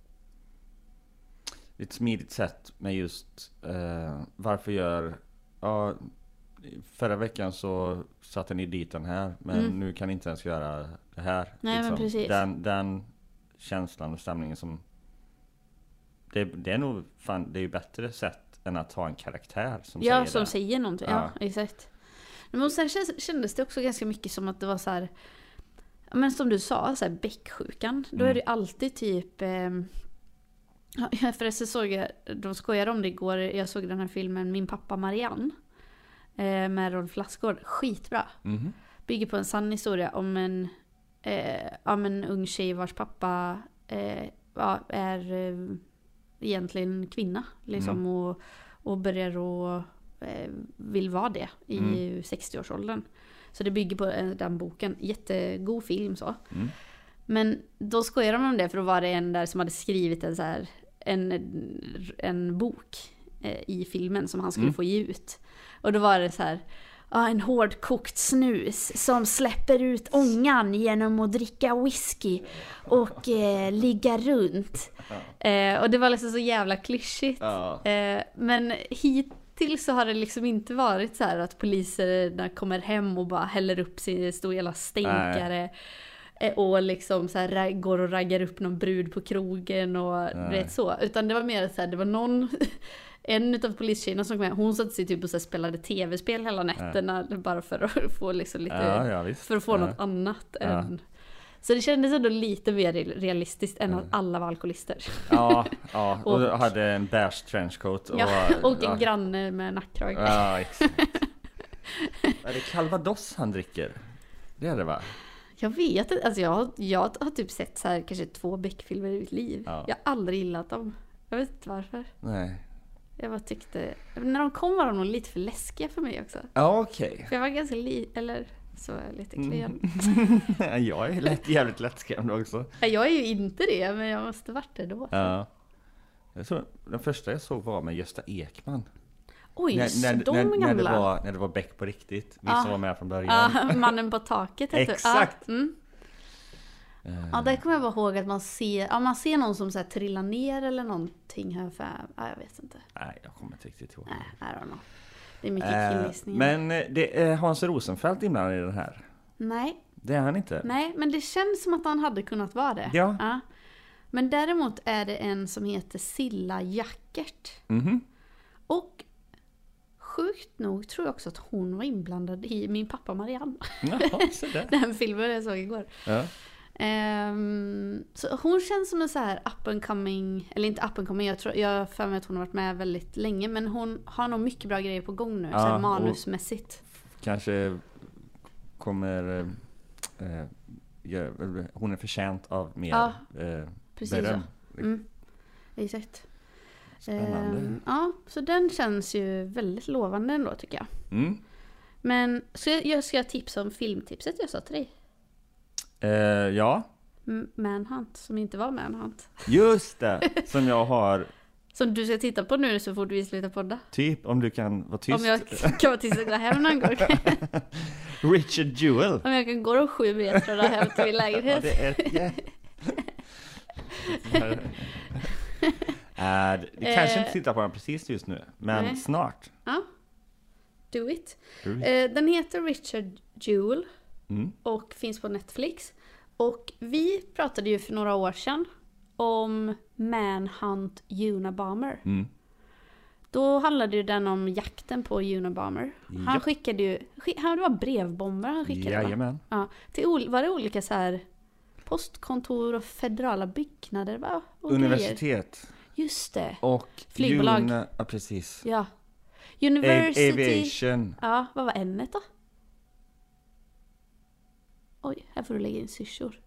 ett smidigt sätt med just uh, varför gör, ja, förra veckan så satte ni dit den här, men Mm. nu kan ni inte ens göra det här. Nej, men precis. Den, den känslan och stämningen som det, det är nog fan, det är ju bättre sätt än att ha en karaktär som Ja, säger som det. säger någonting. Ja, Ja. exakt. Men sen kändes, kändes det också ganska mycket som att det var så här, ja, men som du sa, så här bäcksjukan. Då Mm. är det alltid typ eh, ja, förresten såg jag, de skojade om det igår, jag såg den här filmen Min pappa Marianne eh, med Rolf Lassgård. Skitbra. Mhm. Bygger på en sann historia om en, eh, om en ung tjej vars pappa eh, ja, är eh, egentligen kvinna. Liksom, Mm. och, och börjar och eh, vill vara det i Mm. sextioårsåldern. Så det bygger på eh, den boken. Jättegod film så. Mm. Men då skojar de om det, för då var det en där som hade skrivit en, så här, en, en bok eh, i filmen som han skulle Mm. få ge ut. Och då var det så här, ja, en hårdkokt snus som släpper ut ångan genom att dricka whisky och eh, ligga runt. Eh, och det var liksom så jävla klyschigt. Ja. Eh, men hittills så har det liksom inte varit så här att poliserna kommer hem och bara häller upp sin stor jävla stänkare. Eh, och liksom så här ra- går och raggar upp någon brud på krogen och du vet så. Utan det var mer så här, det var någon... En utav polistjejerna som kom med, hon satt sig typ och så här spelade tv-spel hela nätterna bara för att få liksom lite, Ja, ja, visst. för att få Ja. något annat Ja. än. Så det kändes ändå lite mer realistiskt än att alla var alkoholister. Ja, ja. Och, Och- hade en beige trenchcoat. Och, Ja, och en ja. granne med nackkrage. Ja, exakt. Är det Calvados han dricker? Det är det, va? Jag vet inte, alltså jag, har- jag har typ sett så här kanske två Beck-filmer i mitt liv. Ja. Jag har aldrig gillat dem. Jag vet inte varför. Nej. Jag bara tyckte, när de kom var de nog lite för läskiga för mig också. Ja, okej. För jag var ganska li, eller så är jag lite klen. Okay. Jag är lätt, jävligt lättskrämd också. Ja, jag är ju inte det, men jag måste varit det då. Ja. Jag tror, den första jag såg var med Gösta Ekman. Oj, när, så när, de när, gamla. när, det var, när det var Beck på riktigt. Vi som Ja. var med från början. Ja, Mannen på taket heter det. Exakt. Ja, mm. Eh, Ja, där kommer jag bara ihåg att man ser, ja, man ser någon som så här trillar ner eller någonting här för, ja, jag vet inte. Nej, jag kommer inte riktigt ihåg. Nej, I don't know. Det är mycket Eh, killgissningar. men eh, det är Hans Rosenfeldt inblandad i den här. Nej, Det är han inte. nej, men det känns som att han hade kunnat vara det. Ja. Men däremot är det en som heter Silla Jackert. Mhm. Och sjukt nog tror jag också att hon var inblandad i Min pappa Marianne. Jaha, så där. Den filmen jag såg igår. Ja. Ehm, så hon känns som en så här up and coming, eller inte up and coming, jag tror, jag har för mig att hon har varit med väldigt länge, men hon har nog mycket bra grejer på gång nu, Ja, så här och- manusmässigt. Kanske kommer eh, eh, gör- hon är förtjänt av mer Ja, eh, Precis beröm. så. Mm, exakt. Spännande. Ehm, ja, så den känns ju väldigt lovande ändå tycker jag. Mm. Men så jag, jag ska tipsa om filmtipset jag sa till dig. Eh, ja, M- Manhunt, som inte var Manhunt. just det. Som jag har, Som du ska titta på nu så fort vi slutar podda. typ om du kan vara tyst. Om jag kan vara tyst och gå hem någon gång. Richard Jewell. Om jag kan gå de sju metrarna hem till min Ja, lägenhet. det är... Yeah. äh, du kanske Eh, inte tittar på den precis just nu, men nej. snart. Ja, do it. Mm. Eh, den heter Richard Jewell Mm. och finns på Netflix. Och vi pratade ju för några år sedan om Manhunt Unabomber. Mm. Då handlade ju den om jakten på Unabomber. Han Ja. skickade ju, skick, han, det var brevbomber han skickade va? Jajamän. Ja, till ol, var det olika så här postkontor och federala byggnader va? Och grejer. Universitet. Just det. Och Flygbolag. Una, ja, precis. Ja. A- University. Aviation. Ja, vad var ämnet då? Oj, här får du lägga in syrsor.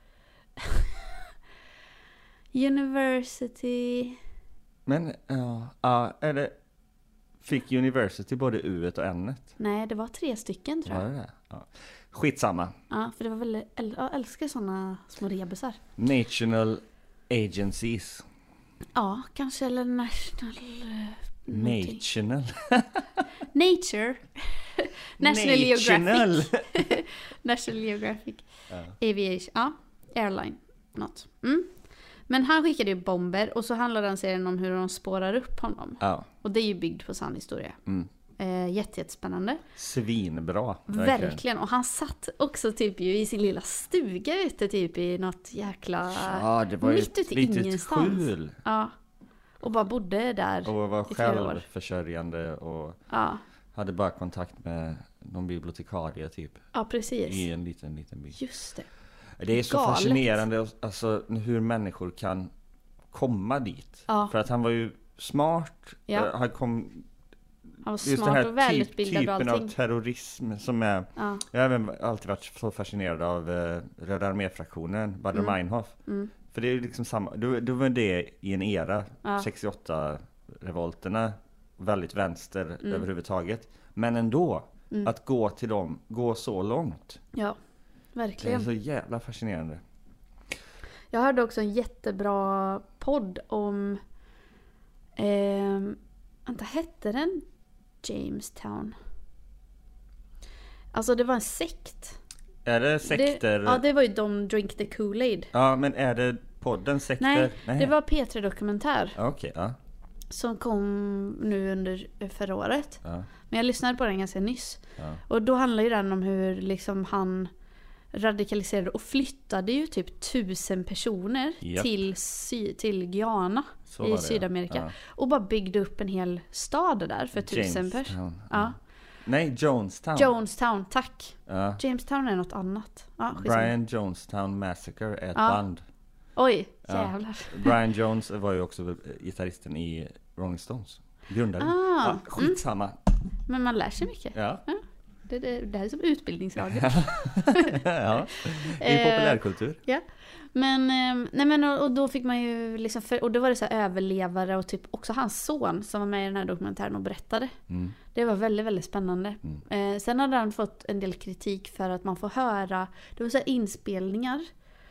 University. Men, ja, ja, är det... Fick University både U och N? Nej, det var tre stycken tror Var jag. det det? Ja. Skitsamma. Ja, för det var väldigt, äl- jag älskar sådana små rebusar. National Agencies. Ja, kanske eller national... eh, någonting. National. Nature. National National. Geographic. National Geographic. Ja. Aviation. Ja, Airline. Något. Mm. Men han skickade ju bomber och så handlar den serien om hur de spårar upp honom. Ja. Och det är ju byggt på sann historia. Mm. Eh, jätte, jättespännande. Svinbra. Verkligen. verkligen. Och han satt också typ ju i sin lilla stuga ute typ i något jäkla... Ja, det var ju mitt ute i ingenstans. Skjul. Ja. Och bara bodde där. Och var i flera år. självförsörjande och Ja. hade bara kontakt med någon bibliotekarie typ. Ja, precis. I en liten, liten by. Just det. Det är så Galet. fascinerande alltså, hur människor kan komma dit. Ja. För att han var ju smart. Ja. Uh, han kom... Han var Just den smart här och välutbildad typ, och typen allting. av terrorism som är... Ja. Jag har även alltid varit så fascinerad av uh, Röda arméfraktionen, Baader Mm. Meinhof. Mm. För det är ju liksom samma... Då, då var det i en era, Ja. sextioåtta-revolterna, väldigt vänster Mm. överhuvudtaget. Men ändå, Mm. att gå till dem, gå så långt. Ja, Det är verkligen. så jävla fascinerande. Jag hörde också en jättebra podd om... Eh, vänta, hette den Jamestown? Alltså det var en sekt. Är det sekter? Det, ja, det var ju de Drink the Kool-Aid. Ja, men är det podden sekter? Nej, Nej. det var P tre Dokumentär Ja, okej, ja. som kom nu under förra året. Ja, Men jag lyssnade på den ganska nyss. ja. Och då handlar ju den om hur liksom han radikaliserade och flyttade ju typ tusen personer Japp. till, sy- till Guyana Så i var det, Sydamerika. ja. Och bara byggde upp en hel stad där för tusen personer. Jamestown. Ja. Nej, Jonestown. Jonestown, tack. Ja. Jamestown är något annat. Ja, skitsamma. Brian Jonestown Massacre är ett Ja. band. Oj, Ja. jävlar. Brian Jones var ju också gitarristen i Rolling Stones. Grundaren. Ah, Ja, skitsamma. Men man lär sig mycket. Ja. Det, det, det här är som utbildningsradio. Ja. I Eh, populärkultur. Ja. Men, eh, nej men och, och då fick man ju liksom, för, och då var det så här överlevare och typ också hans son som var med i den här dokumentären och berättade. Mm. Det var väldigt, väldigt spännande. Mm. Eh, sen hade han fått en del kritik för att man får höra, det var så här inspelningar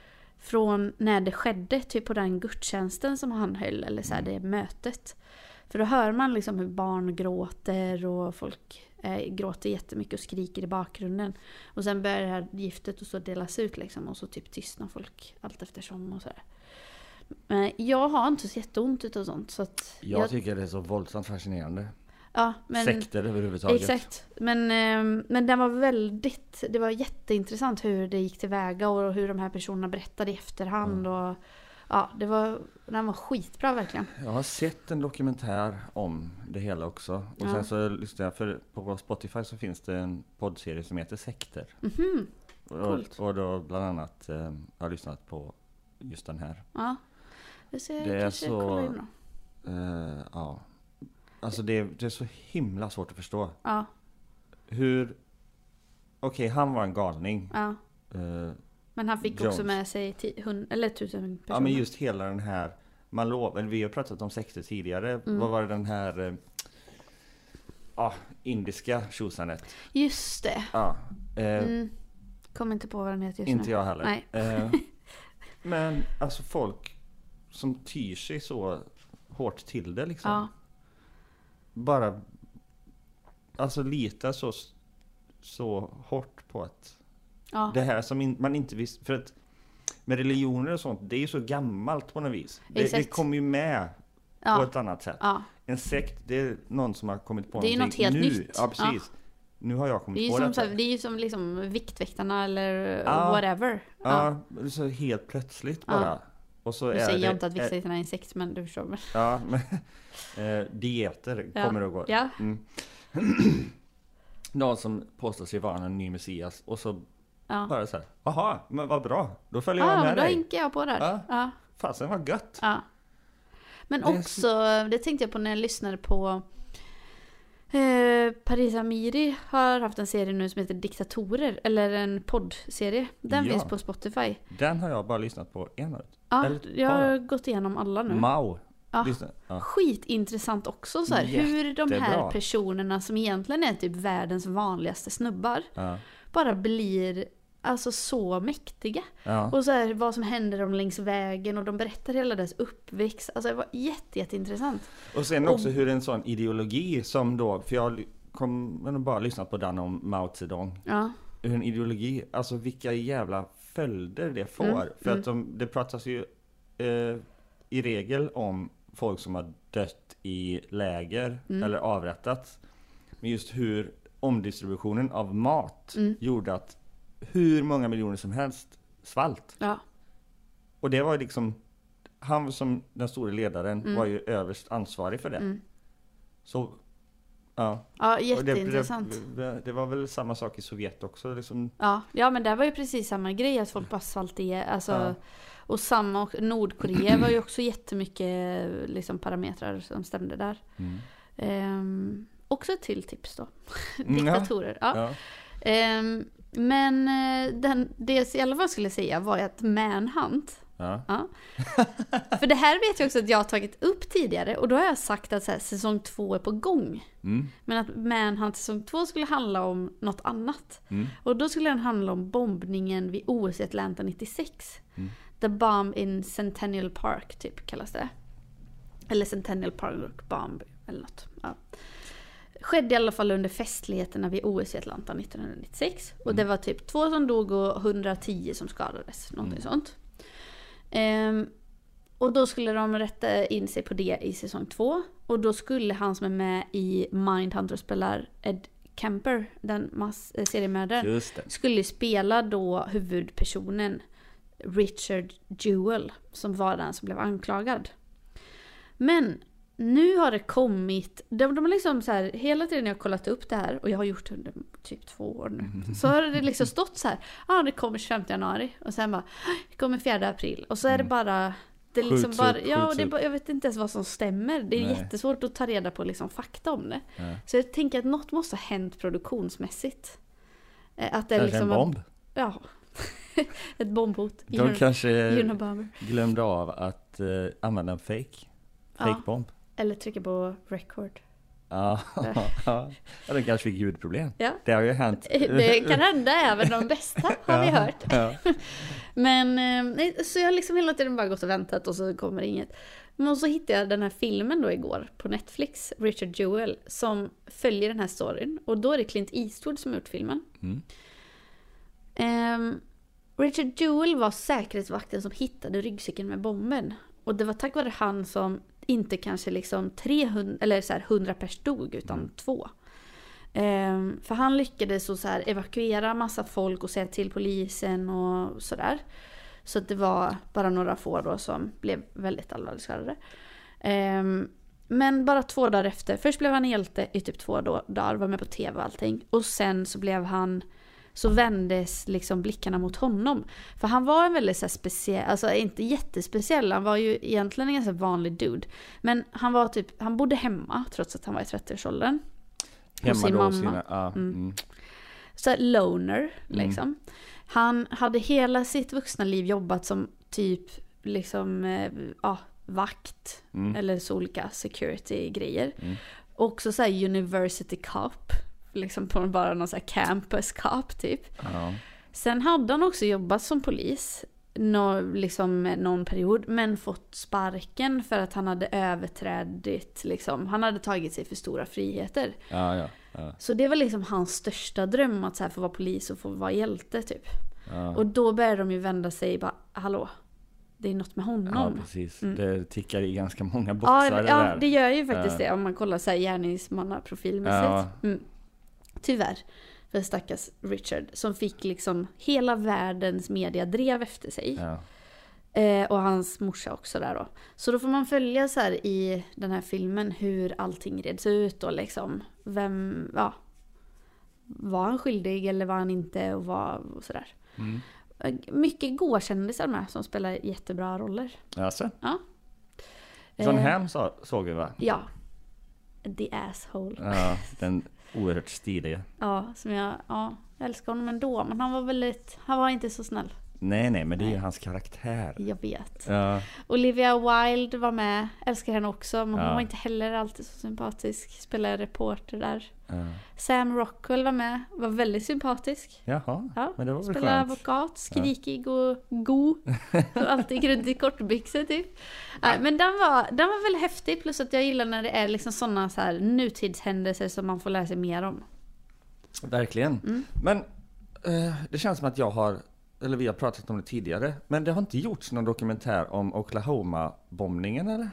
från när det skedde, typ på den gudstjänsten som han höll, eller så här, det mötet. För då hör man liksom hur barn gråter och folk eh, gråter jättemycket och skriker i bakgrunden. Och sen börjar det här giftet och så delas ut liksom, och så typ tystnar folk allt eftersom och sådär. Men jag har inte så jätteont utav sånt. Så att Jag, jag, tycker det är så våldsamt fascinerande. ja, men, Sekter överhuvudtaget. exakt. Men, eh, men den var väldigt, det var jätteintressant hur det gick tillväga och hur de här personerna berättade i efterhand. Mm. Och, ja, det var, den var skitbra verkligen. Jag har sett en dokumentär om det hela också. Och Ja. sen så lyssnade jag, för på Spotify så finns det en poddserie som heter Sekter. Mhm, Och, Coolt. och då bland annat, eh, jag har lyssnat på just den här. ja. Det, ser, Det är kanske så- kolla in då. Eh, ja. Alltså det, det är så himla svårt att förstå. Ja, Hur, okej, han var en galning. ja. Eh, Men han fick också Jones. med sig ti- hund, eller tusen personer. ja, men just hela den här, man lovar, vi har pratat om sekter tidigare. Mm. Vad var det den här, eh, ja, indiska tjosanet? Just det. Ja. Eh, Mm. Kommer inte på vad den heter just Inte nu. jag heller. Nej. Eh, men alltså folk som tyr sig så hårt till det liksom. Ja, Bara alltså litar så så hårt på att ja. det här som in, man inte visste, för att med religioner och sånt, det är ju så gammalt på något vis. Det, Exakt. det kommer ju med på ja. ett annat sätt. ja. En sekt, det är någon som har kommit på Det är ju någonting något helt nu. nytt. Ja, precis. Nu har jag Det är kommit ju på som, detta. så här, det är ju som liksom Viktväktarna eller Ja. whatever. Ja, det är så helt plötsligt Ja. bara. Och så Nu är säger det, jag inte att är- Viktväktarna är en sekt, men du förstår mig. Ja, men eh, dieter Ja. kommer att gå. Ja. Mm. Någon som påstår sig vara en ny messias och så Ja, bara så här, jaha, men vad bra, då följer jag ah, med men då dig. hinkar jag på där. Ja. Ja. Fasen vad gött. Ja. Men Det är också, det tänkte jag på när jag lyssnade på eh, Paris Amiri har haft en serie nu som heter Diktatorer, eller en poddserie. Den Ja. finns på Spotify. Den har jag bara lyssnat på en av. Ja, Eller ett jag par. har gått igenom alla nu. Mao. Ja. Lyssna. Ja. Skitintressant också så här, hur de här Jättebra. personerna som egentligen är typ världens vanligaste snubbar Ja. bara blir alltså så mäktiga. Ja. Och så här, vad som händer dem längs vägen och de berättar hela deras uppväxt. Alltså det var jätte, jätteintressant. Och sen Och- också hur en sån ideologi som då, för jag kommer bara lyssnat på den om Mao Zedong. Ja. Hur en ideologi, alltså vilka jävla följder det får. Mm, För mm. att de, det pratas ju eh, i regel om folk som har dött i läger Mm. eller avrättats. Men just hur omdistributionen av mat Mm. gjorde att hur många miljoner som helst svalt. Ja. Och det var liksom, han som den stora ledaren Mm. var ju överst ansvarig för det. Mm. Så, ja. Ja, Och jätteintressant. Det, det, det var väl samma sak i Sovjet också. Liksom. Ja, ja, men det var ju precis samma grej, att folk bara svalt i, alltså, Ja. och samma, och Nordkorea var ju också jättemycket liksom, parametrar som stämde där. Mm. Ehm, också ett till tips då. Mm, Diktatorer. Ja. Ja. Ehm, men eh, den, det jag i alla fall skulle säga var ju att Manhunt. Ja. Ja. För det här vet jag också att jag har tagit upp tidigare, och då har jag sagt att så här, säsong två är på gång. Mm. Men att Manhunt säsong två skulle handla om något annat. Mm. Och då skulle den handla om bombningen vid O S i Atlanta nittiosex. Mm. The Bomb in Centennial Park typ kallas det. Eller Centennial Park Bomb eller något. Ja. Skedde i alla fall under festligheterna vid O S i Atlanta nittonhundranittiosex. Och det var typ två som dog och hundratio som skadades. Någonting Mm. sånt. Ehm, och då skulle de rätta in sig på det i säsong två. Och då skulle han som är med i Mindhunter spelar Ed Kemper, den mass- eh, seriemördaren, Just det. skulle spela då huvudpersonen Richard Jewell, som var den som blev anklagad. Men nu har det kommit, de, de har liksom så här, hela tiden jag har kollat upp det här, och jag har gjort det under typ två år nu, så har det liksom stått så här, ja ah, det kommer tjugofemte januari, och sen bara, det kommer fjärde april, och så är det bara, det är liksom Skjuts bara, upp, ja, skjuts det är upp. bara, jag vet inte ens vad som stämmer, det är Nej. jättesvårt att ta reda på liksom fakta om det. Ja. Så jag tänker att något måste ha hänt produktionsmässigt. Eh, Att det är Kanske liksom en bomb. Ja. Ett bombhot. De kanske Unabomber. glömde av att uh, använda en fake. Fake Ja. bomb. Eller trycka på record. Ja, ja, de kanske fick ljudproblem. Ja. Det har ju hänt. Det kan hända även de bästa, har vi Ja, hört. Ja. Men eh, nej, så jag har liksom hela tiden bara gått och väntat, och så kommer inget. Men så hittade jag den här filmen då igår på Netflix, Richard Jewell, som följer den här storyn. Och då är det Clint Eastwood som har gjort filmen. Mm. Um, Richard Jewell var säkerhetsvakten som hittade ryggsäcken med bomben. Och det var tack vare han som inte kanske liksom trehundra eller så här hundra pers dog, utan Mm. två. Um, för han lyckades så, så här evakuera massa folk och säga till polisen och sådär. Så att det var bara några få då som blev väldigt allvarligt skadade. Um, men bara två dagar efter, först blev han hjälte i typ två dagar, var med på tv och allting. Och sen så blev han, så vändes liksom blickarna mot honom. För han var en väldigt så här speciell, alltså inte jättespeciell, han var ju egentligen en ganska vanlig dude. Men han var typ, han bodde hemma trots att han var i trettioårsåldern. Hemma sin då mamma. Sina, ja, Mm. mm. Så här loner liksom. Han hade hela sitt vuxna liv jobbat som typ liksom eh, ja, vakt Mm. eller så olika security grejer. Mm. Också så här university cop, liksom på bara någon så här campus cop typ. Ja. Sen hade han också jobbat som polis nå, liksom någon period, men fått sparken för att han hade överträdit liksom, han hade tagit sig för stora friheter. Ja, ja, ja, Så det var liksom hans största dröm, att så här få vara polis och få vara hjälte typ. ja. Och då började de ju vända sig bara, hallå, det är något med Ja, honom. precis. Mm. Det tickar i ganska många boxar Ja, det ja, där. det gör ju faktiskt Ja. det om man kollar så här gärningsmannaprofilmässigt. Ja. Mm. Tyvärr för stackars Richard, som fick liksom hela världens media drev efter sig. Ja. Eh, och hans morsa också där då. Så då får man följa så här i den här filmen hur allting reds ut och liksom vem, ja, var han skyldig eller var han inte och vad och sådär. Mm. Mycket goa kändisar med som spelar jättebra roller. Alltså. Ja. John Eh, Hamm så, såg vi va? Ja. The asshole. Ja, den oerhört stiliga. Ja, som jag, ja, jag älskar honom ändå. Men han var väldigt, han var inte så snäll. Nej, nej, men det är ju Nej. hans karaktär. Jag vet. Ja. Olivia Wilde var med. Älskar henne också. Men hon Ja. var inte heller alltid så sympatisk. Spelade reporter där. Ja. Sam Rockwell var med. Var väldigt sympatisk. Jaha, Ja, men det var väl spelade skönt. advokat. Skrikig och god. Och alltid runt i kortbyxor typ. Ja, men den var, den var väldigt häftig. Plus att jag gillar när det är liksom sådana så här nutidshändelser som man får lära sig mer om. Verkligen. Mm. Men eh, det känns som att jag har, eller vi har pratat om det tidigare, men det har inte gjorts någon dokumentär om Oklahoma-bombningen, eller?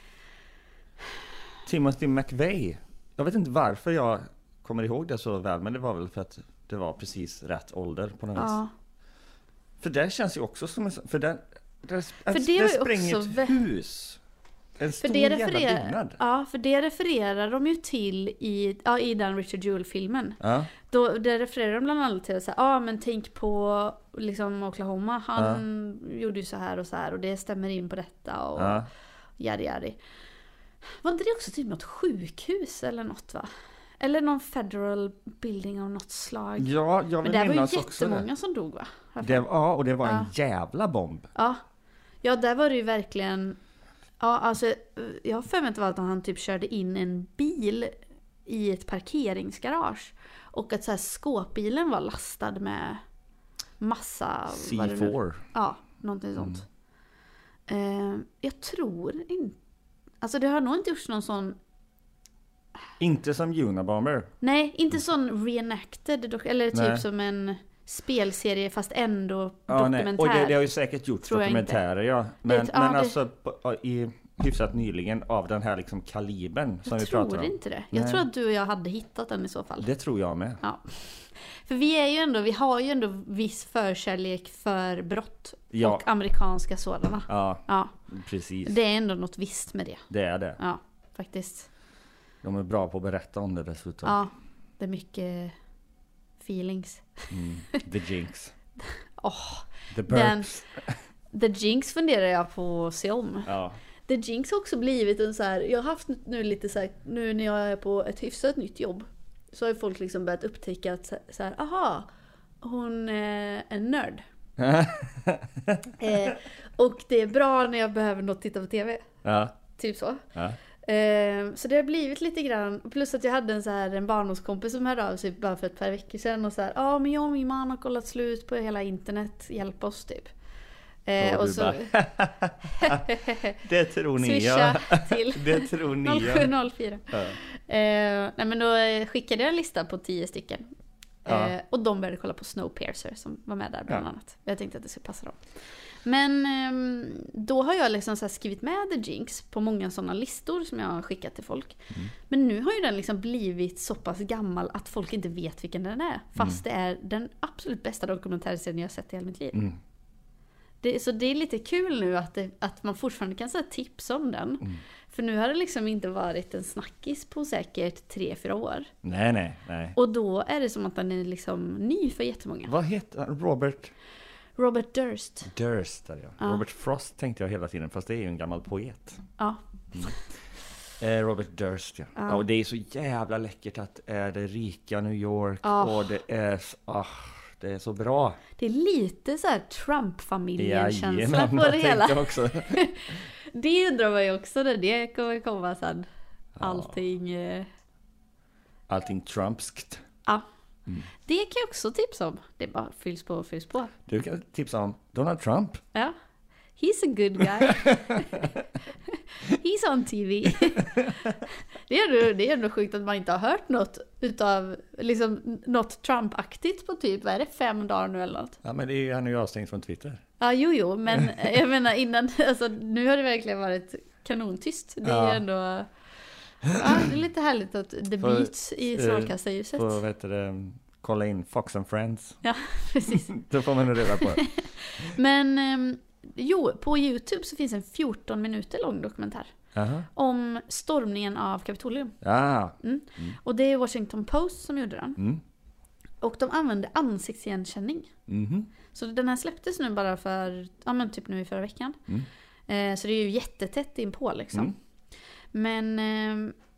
Timothy McVeigh. Jag vet inte varför jag kommer ihåg det så väl, men det var väl för att det var precis rätt ålder på något Ja. vis. För det känns ju också som en, för det, det, För det det var ju spränger också ett vä- hus. En stor För det, jävla refererar, byggnad. ja, för det refererar de ju till i, ja, i den Richard Jewell-filmen. Ja. Då, det refererar de bland annat till att säga, ja men tänk på liksom Oklahoma, han gjorde ju så här och så här och det stämmer in på detta och Ja. yadi yadi. Var inte det också typ något sjukhus eller något va? Eller någon federal building av något slag? Ja, jag Men vill där var ju minnas också jättemånga det. som dog va? det. Ja, och det var en Ja. jävla bomb. Ja. Ja, där var det ju verkligen. Ja, alltså jag har för mig att det var att han typ körde in en bil i ett parkeringsgarage och att så här skåpbilen var lastad med massa C vad det nu- fyra. Ja, någonting sånt. Eh, jag tror inte. Alltså det har nog inte gjorts någon sån. Inte som Unabomber. Nej, inte sån reenacted dok- eller typ Nej. som en spelserie fast ändå Ja, nej. dokumentär. Och det, det har ju säkert gjorts Tror jag inte. dokumentärer, ja. Men, Det- ja, men det- alltså på, i hyfsat nyligen av den här liksom kalibern som Jag vi pratar tror om. inte det. Jag Nej. tror att du och jag hade hittat den i så fall. Det tror jag med. Ja. För vi är ju ändå, vi har ju ändå viss förkärlek för brott. Ja. Och amerikanska sådana. Ja, Ja. precis. Det är ändå något visst med det. Det är det. Ja, faktiskt. De är bra på att berätta om det dessutom. Ja, det är mycket feelings. Mm. The Jinx. Åh, The den- Burps. The Jinx funderar jag på att se om. Ja. The Jinx har också blivit en så här, jag har haft nu lite så här, nu när jag är på ett hyfsat nytt jobb. Så har ju folk liksom börjat upptäcka att så så här, aha, hon är en nörd. eh, och det är bra när jag behöver något titta på tv. Ja. Typ så. Ja. Eh, så det har blivit lite grann, plus att jag hade en så här en barndomskompis som hörde av sig bara för ett par veckor sedan och så här, ja ah, men jag och min man har kollat slut på hela internet, hjälp oss typ. Eh, Och och du så bara, Det tror ni swisha ja. till Det tror ni noll sju ja. noll fyra. Ja. Eh, nej men då eh, skickade jag en lista på tio stycken. Ja. Eh, och de började kolla på Snowpiercer som var med där bland Ja. annat. Jag tänkte att det skulle passa dem. Men ehm, då har jag liksom så här skrivit med The Jinx på många sådana listor som jag har skickat till folk. Mm. Men nu har ju den liksom blivit så pass gammal att folk inte vet vilken den är. Fast det är den absolut bästa dokumentärserien jag har sett i hela mitt liv. Mm. Det, så det är lite kul nu att, det, att man fortfarande kan säga tips om den. Mm. För nu har det liksom inte varit en snackis på säkert tre fyra år. Nej, nej, nej. Och då är det som att den är liksom ny för jättemånga. Vad heter han? Robert Robert Durst. Durst? Där, ja. Ja. Robert Frost tänkte jag hela tiden, fast det är ju en gammal poet. Ja, Eh, Robert Durst, ja. Ja. ja. Och det är så jävla läckert att är det rika New York Ja. och det är, s- ah, det är så bra. det är lite så här Trump-familjen-känsla Jajamän, på det tänkte hela. jag också. Det undrar man ju också när det kommer komma sen. Allting. eh, Allting Trumpskt. Ja. Mm. Det kan jag också tipsa om. Det bara fylls på och fylls på. Du kan tipsa om Donald Trump. Ja. He's a good guy. He's on T V. Det är ändå, det är ändå sjukt att man inte har hört något utav liksom något Trump-aktigt på typ, vad är det, fem dagar nu eller något? Ja, men det är ju, han är ju avstängd från Twitter. Ja, jo, jo, men jag menar innan, alltså nu har det verkligen varit kanontyst. Det är Ja. ändå, ja, det är lite härligt att det Får, byts i eh, strålkastarljuset. Får, vet du, det, kolla in Fox and Friends. Ja, precis. Då får man reda på det. Men ehm, jo, på YouTube så finns en fjorton minuter lång dokumentär Aha. om stormningen av Kapitolium. Ja. Mm. Och det är Washington Post som gjorde den. Mm. Och de använde ansiktsigenkänning. Mhm. Så den här släpptes nu bara för, ja men typ nu i förra veckan. Mm. Eh, så det är ju jättetätt in på liksom. Mm. Men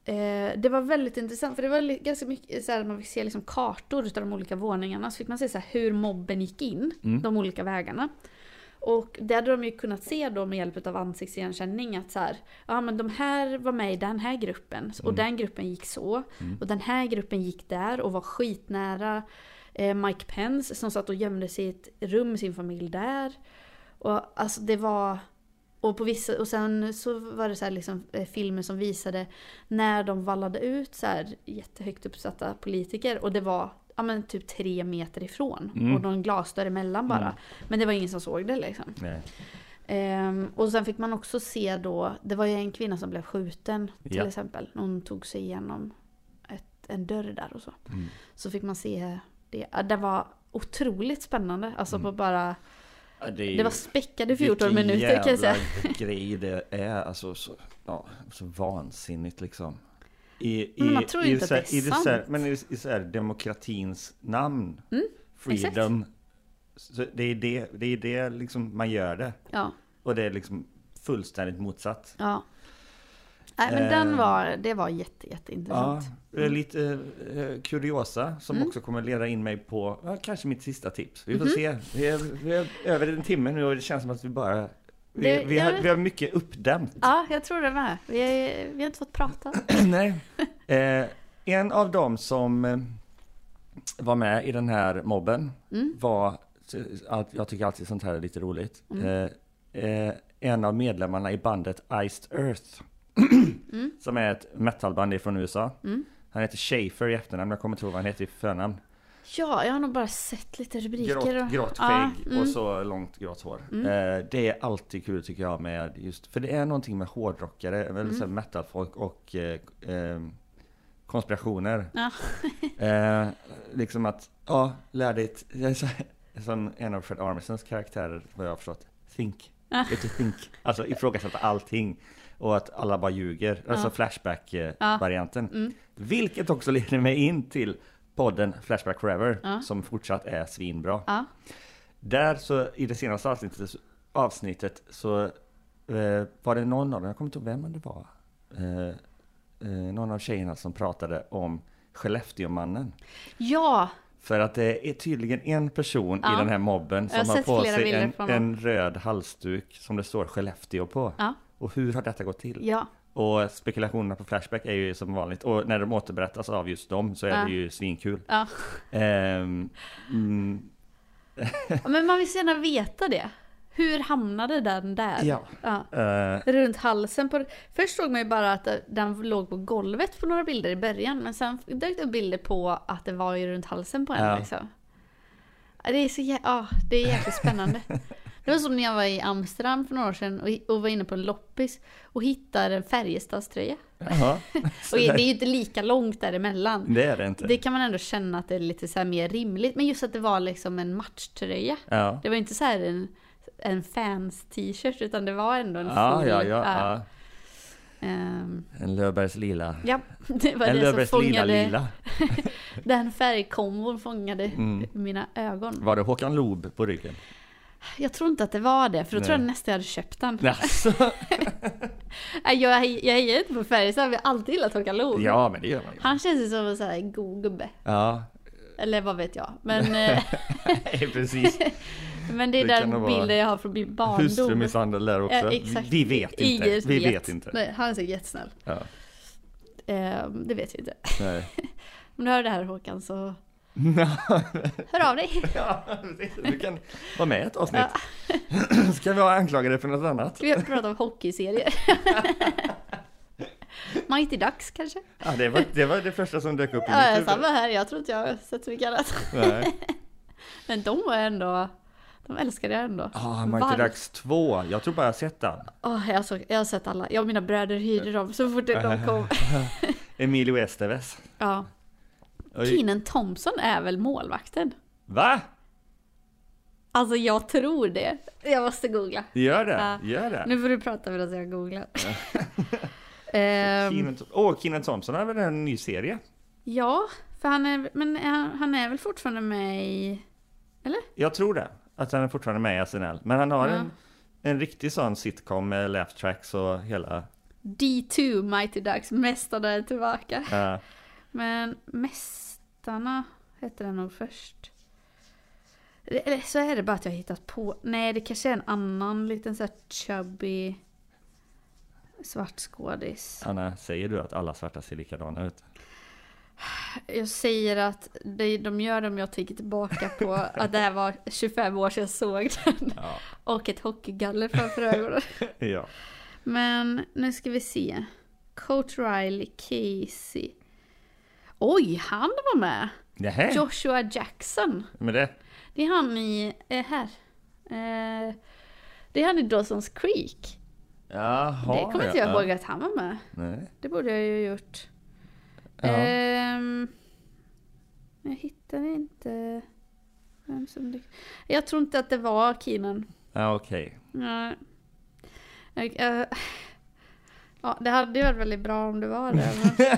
eh, det var väldigt intressant. För det var li- ganska mycket så här, man fick se liksom kartor utav de olika våningarna. Så fick man se så här, hur mobben gick in. Mm. De olika vägarna. Och det hade de ju kunnat se då med hjälp av ansiktsigenkänning. Att så här, ja men de här var med i den här gruppen. Och Mm. den gruppen gick så. Mm. Och den här gruppen gick där och var skitnära eh, Mike Pence. Som satt och gömde sig i ett rum med sin familj där. Och alltså det var... Och, på vissa, och sen så var det så här liksom, eh, filmer som visade när de vallade ut så här jättehögt uppsatta politiker. Och det var ja, men typ tre meter ifrån. Mm. Och någon glasdörr emellan bara. Mm. Men det var ingen som såg det liksom. Nej. Ehm, och sen fick man också se då, det var ju en kvinna som blev skjuten till Ja. exempel. Hon tog sig igenom ett, en dörr där och så. Mm. Så fick man se det. Ja, det var otroligt spännande. Alltså Mm. på bara... Ja, det, är Det var ju- späckade fjorton vilken minuter kan jag säga. jävla grej det är. Alltså så, ja, så vansinnigt liksom. I, Men man i, tror ju i inte så här- att det är i så här- sant. Men i, i så här demokratins namn. Mm, Freedom. Så det är det, det är det liksom man gör det. Ja, Och det är liksom fullständigt motsatt. ja. Nej, men Eh. den var, det var jätte, Ja, jätteintressant. det är lite eh, kuriosa som Mm. också kommer leda in mig på ja, kanske mitt sista tips. Vi får Mhm. se. Vi är, vi är över en timme nu och det känns som att vi bara... Vi, Det- vi, har, jag- vi har mycket uppdämt. Ja, jag tror det med. Vi, är, vi har inte fått prata. Nej. Eh, en av dem som eh, var med i den här mobben Mm. var, allt, jag tycker alltid sånt här är lite roligt, Mm. eh, eh, en av medlemmarna i bandet Iced Earth. Mm. Som är ett metalband från U S A. Mm. Han heter Schaefer i efternamn, jag kommer inte ihåg vad han heter i förnamn. Ja, jag har nog bara sett lite rubriker. Grått, och... grått Ja, skägg mm. och så långt grått hår. Mm. Eh, det är alltid kul tycker jag med just, för det är någonting med hårdrockare, eller Mm. så här metalfolk och eh, eh, konspirationer. Ja. eh, liksom att, ja, lär dig, ett- jag är så- som en av Fred Armisons karaktärer, vad jag har förstått, think, Ja. it's a think, alltså ifrågasätta allting. Och att alla bara ljuger, alltså Ja. Flashback-varianten. Mm. Vilket också leder mig in till podden Flashback Forever, Ja. som fortsatt är svinbra. Ja. Där så, i det senaste avsnittet, avsnittet så eh, var det någon av dem, jag kommer inte ihåg vem det var, eh, eh, någon av tjejerna som pratade om Skellefteåmannen. Ja, För att det är tydligen en person Ja. i den här mobben Jag har som har sett på flera sig bilder en, från en röd halsduk som det står Skellefteå på. ja, Och hur har detta gått till? ja. Och spekulationerna på Flashback är ju som vanligt. Och när de återberättas av just dem så är Ja. det ju svinkul. ja. Ehm, mm, Men man vill så gärna veta det. Hur hamnade den där? ja. Ja. Eh, Runt halsen på... Först såg man ju bara att den låg på golvet på några bilder i början. Men sen dök det upp bilder på att det var ju runt halsen på en. Ja. Liksom. Ja, det är så jä... ja, det är jäkligt spännande. Det var som när jag var i Amsterdam för några år sedan och, och var inne på en loppis och hittade en Färjestadströja. Jaha. Och det är ju inte lika långt däremellan. Det är det inte. Det kan man ändå känna att det är lite så här mer rimligt. Men just att det var liksom en matchtröja. Ja. Det var inte så här en, en fans t-shirt utan det var ändå en Ja, full... ja, ja, ja. Ehm, En Löfbergs lila. ja, det var En det som Löfbergs lila fångade... lila. Den färgkombon fångade Mm. mina ögon. Var det Håkan Loob på ryggen? Jag tror inte att det var det, för då Nej. tror jag nästan jag hade köpt den. Jaså? Nej, jag, jag hejar inte på Färjestad, vi har alltid gillat Håkan Loob. Ja, men det gör man ju. Han känns ju som en sån här god gubbe. Ja, Eller vad vet jag. Men, eh, precis. men det är Det kan nog den vara bilden jag har från min barndom. Hustrumisshandel där också. Ja, exakt. Vi vet inte. Ingen Vi vet inte. Nej, han är så jättesnäll. Ja. Eh, det vet vi inte. Nej. Om du hör det här Håkan så hör av dig. Ja, precis. Du kan vara med i ett avsnitt. Ska vi ha anklagade för något annat? Ska vi prata om hockeyserier? Mighty Ducks kanske? Ja, det var, det var det första som dök upp i Ja, mitt samma huvud. här. Jag tror inte jag har sett så mycket annat. Nej. Men de var ändå... De älskade jag ändå. Ah, Mighty Var- Ducks två. Jag tror bara jag sett den. Åh, jag, såg, jag har sett alla. Jag och mina bröder hyrde dem så fort de kom. Emilio Estevez. Ja. Oj. Keenan Thompson är väl målvakten? Va? Alltså jag tror det. Jag måste googla. Gör det? Ja. Gör det? Nu får du prata medan jag googlar. Ehm, Keenan, oh, Keenan Thompson har väl en ny serie? ja, för han är, men han, han är väl fortfarande med i... Eller? Jag tror det. Att han är fortfarande med i S N L. Men han har Ja. en, en riktig sån sitcom med laugh tracks och hela... D två Mighty Ducks, Mästarna är tillbaka. Ja. Men Mästarna heter den nog först. Eller så är det bara att jag har hittat på. Nej, det kanske är en annan liten så här chubby svart skådis. Anna, säger du att alla svarta ser likadana ut? Jag säger att det de gör om jag tänker tillbaka på att det här var tjugofem år sedan jag såg den. Ja. Och ett hockeygaller framför ögonen. Ja. Men nu ska vi se. Coach Riley Casey. Oj, han var med. Nähä. Joshua Jackson. Men det? Det är han i, eh, här. Eh, det är han i Dawson's Creek. Jaha. Det kommer inte jag ja. ihåg att han var med. Nej. Det borde jag ju gjort. Ja. Ehm, jag hittar inte vem som det... Jag tror inte att det var Keenan. Ja, okej. Nej. Jag, jag, ja, det hade ju varit väldigt bra om det var det. Men...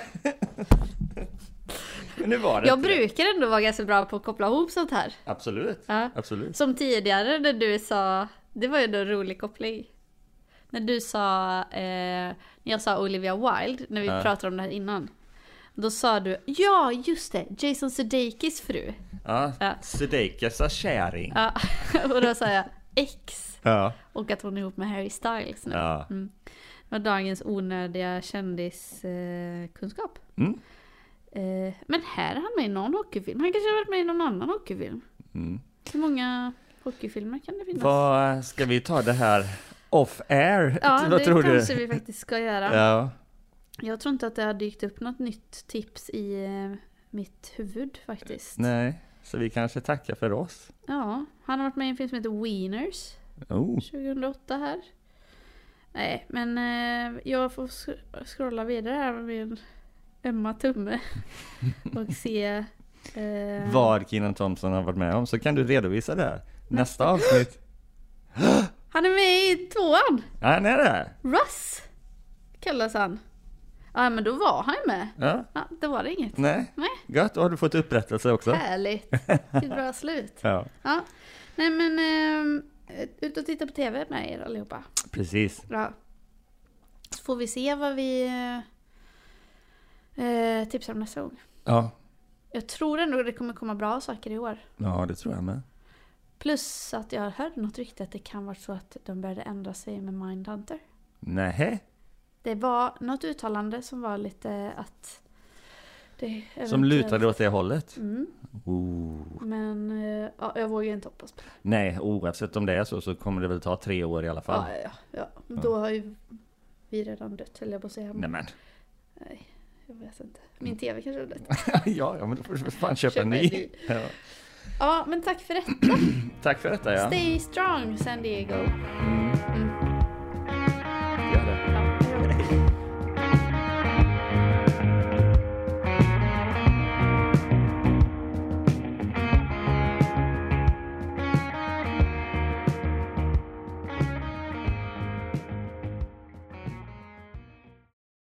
Men nu var det jag inte brukar ändå vara ganska bra på att koppla ihop sånt här. Absolut. Ja. Absolut. Som tidigare när du sa, det var ju en rolig koppling. När du sa, eh, när jag sa Olivia Wilde, när vi Ja. pratade om det här innan. Då sa du, ja just det, Jason Sudeikis fru. Ja, Ja. Sudeikis kärring. Ja, och då sa jag ex. Ja. Och att hon är ihop med Harry Styles nu. Ja. Mm. Det var dagens onödiga kändiskunskap. Eh, mm. Eh, men här är han med i någon hockeyfilm. Han kanske har varit med i någon annan hockeyfilm. Mm. Hur många hockeyfilmer kan det finnas? Vad ska vi ta det här off air? Ja, Vad det tror kanske du? vi faktiskt ska göra. Ja. Jag tror inte att det har dykt upp något nytt tips i eh, mitt huvud faktiskt. Nej, så vi kanske tackar för oss. Ja, han har varit med i en film som heter Wieners Oh. tjugohundraåtta här. Nej, men eh, jag får sk- scrolla vidare här med min ömma tumme och se eh, Vad Kenan Thompson har varit med om, så kan du redovisa det här. Nästa avsnitt. han är med i tvåan. Ja, han är det. Russ kallas han. Ja, men då var han med. Ja. Ja, då var det inget. Nej. Nej. Gött, då har du fått upprättelse också. Härligt. Till bra slut. Ja, Ja. Nej, men eh, ut och titta på tv med er allihopa. precis. Ja. Så får vi se vad vi eh, tipsar om nästa gång. Ja. Jag tror ändå att det kommer komma bra saker i år. Ja, det tror jag med. Plus att jag hörde något rykte att det kan vara så att de började ändra sig med Mindhunter. Nej. Det var något uttalande som var lite att det Som eventuellt- lutade åt det hållet. Mm. Oh. Men eh, ja, jag vågar inte hoppas på det. Nej, oavsett om det är så så kommer det väl ta tre år i alla fall. Ja, ja, ja. Då har ju vi redan dött, höll jag på att säga. Nej men. Nej, jag vet inte. Min tv kanske har dött. ja, ja, men då får du fan köpa, Köpa en en ny. ny. Ja. Ja, men tack för detta. Tack för detta, ja. Stay strong, San Diego. Mm. Mm.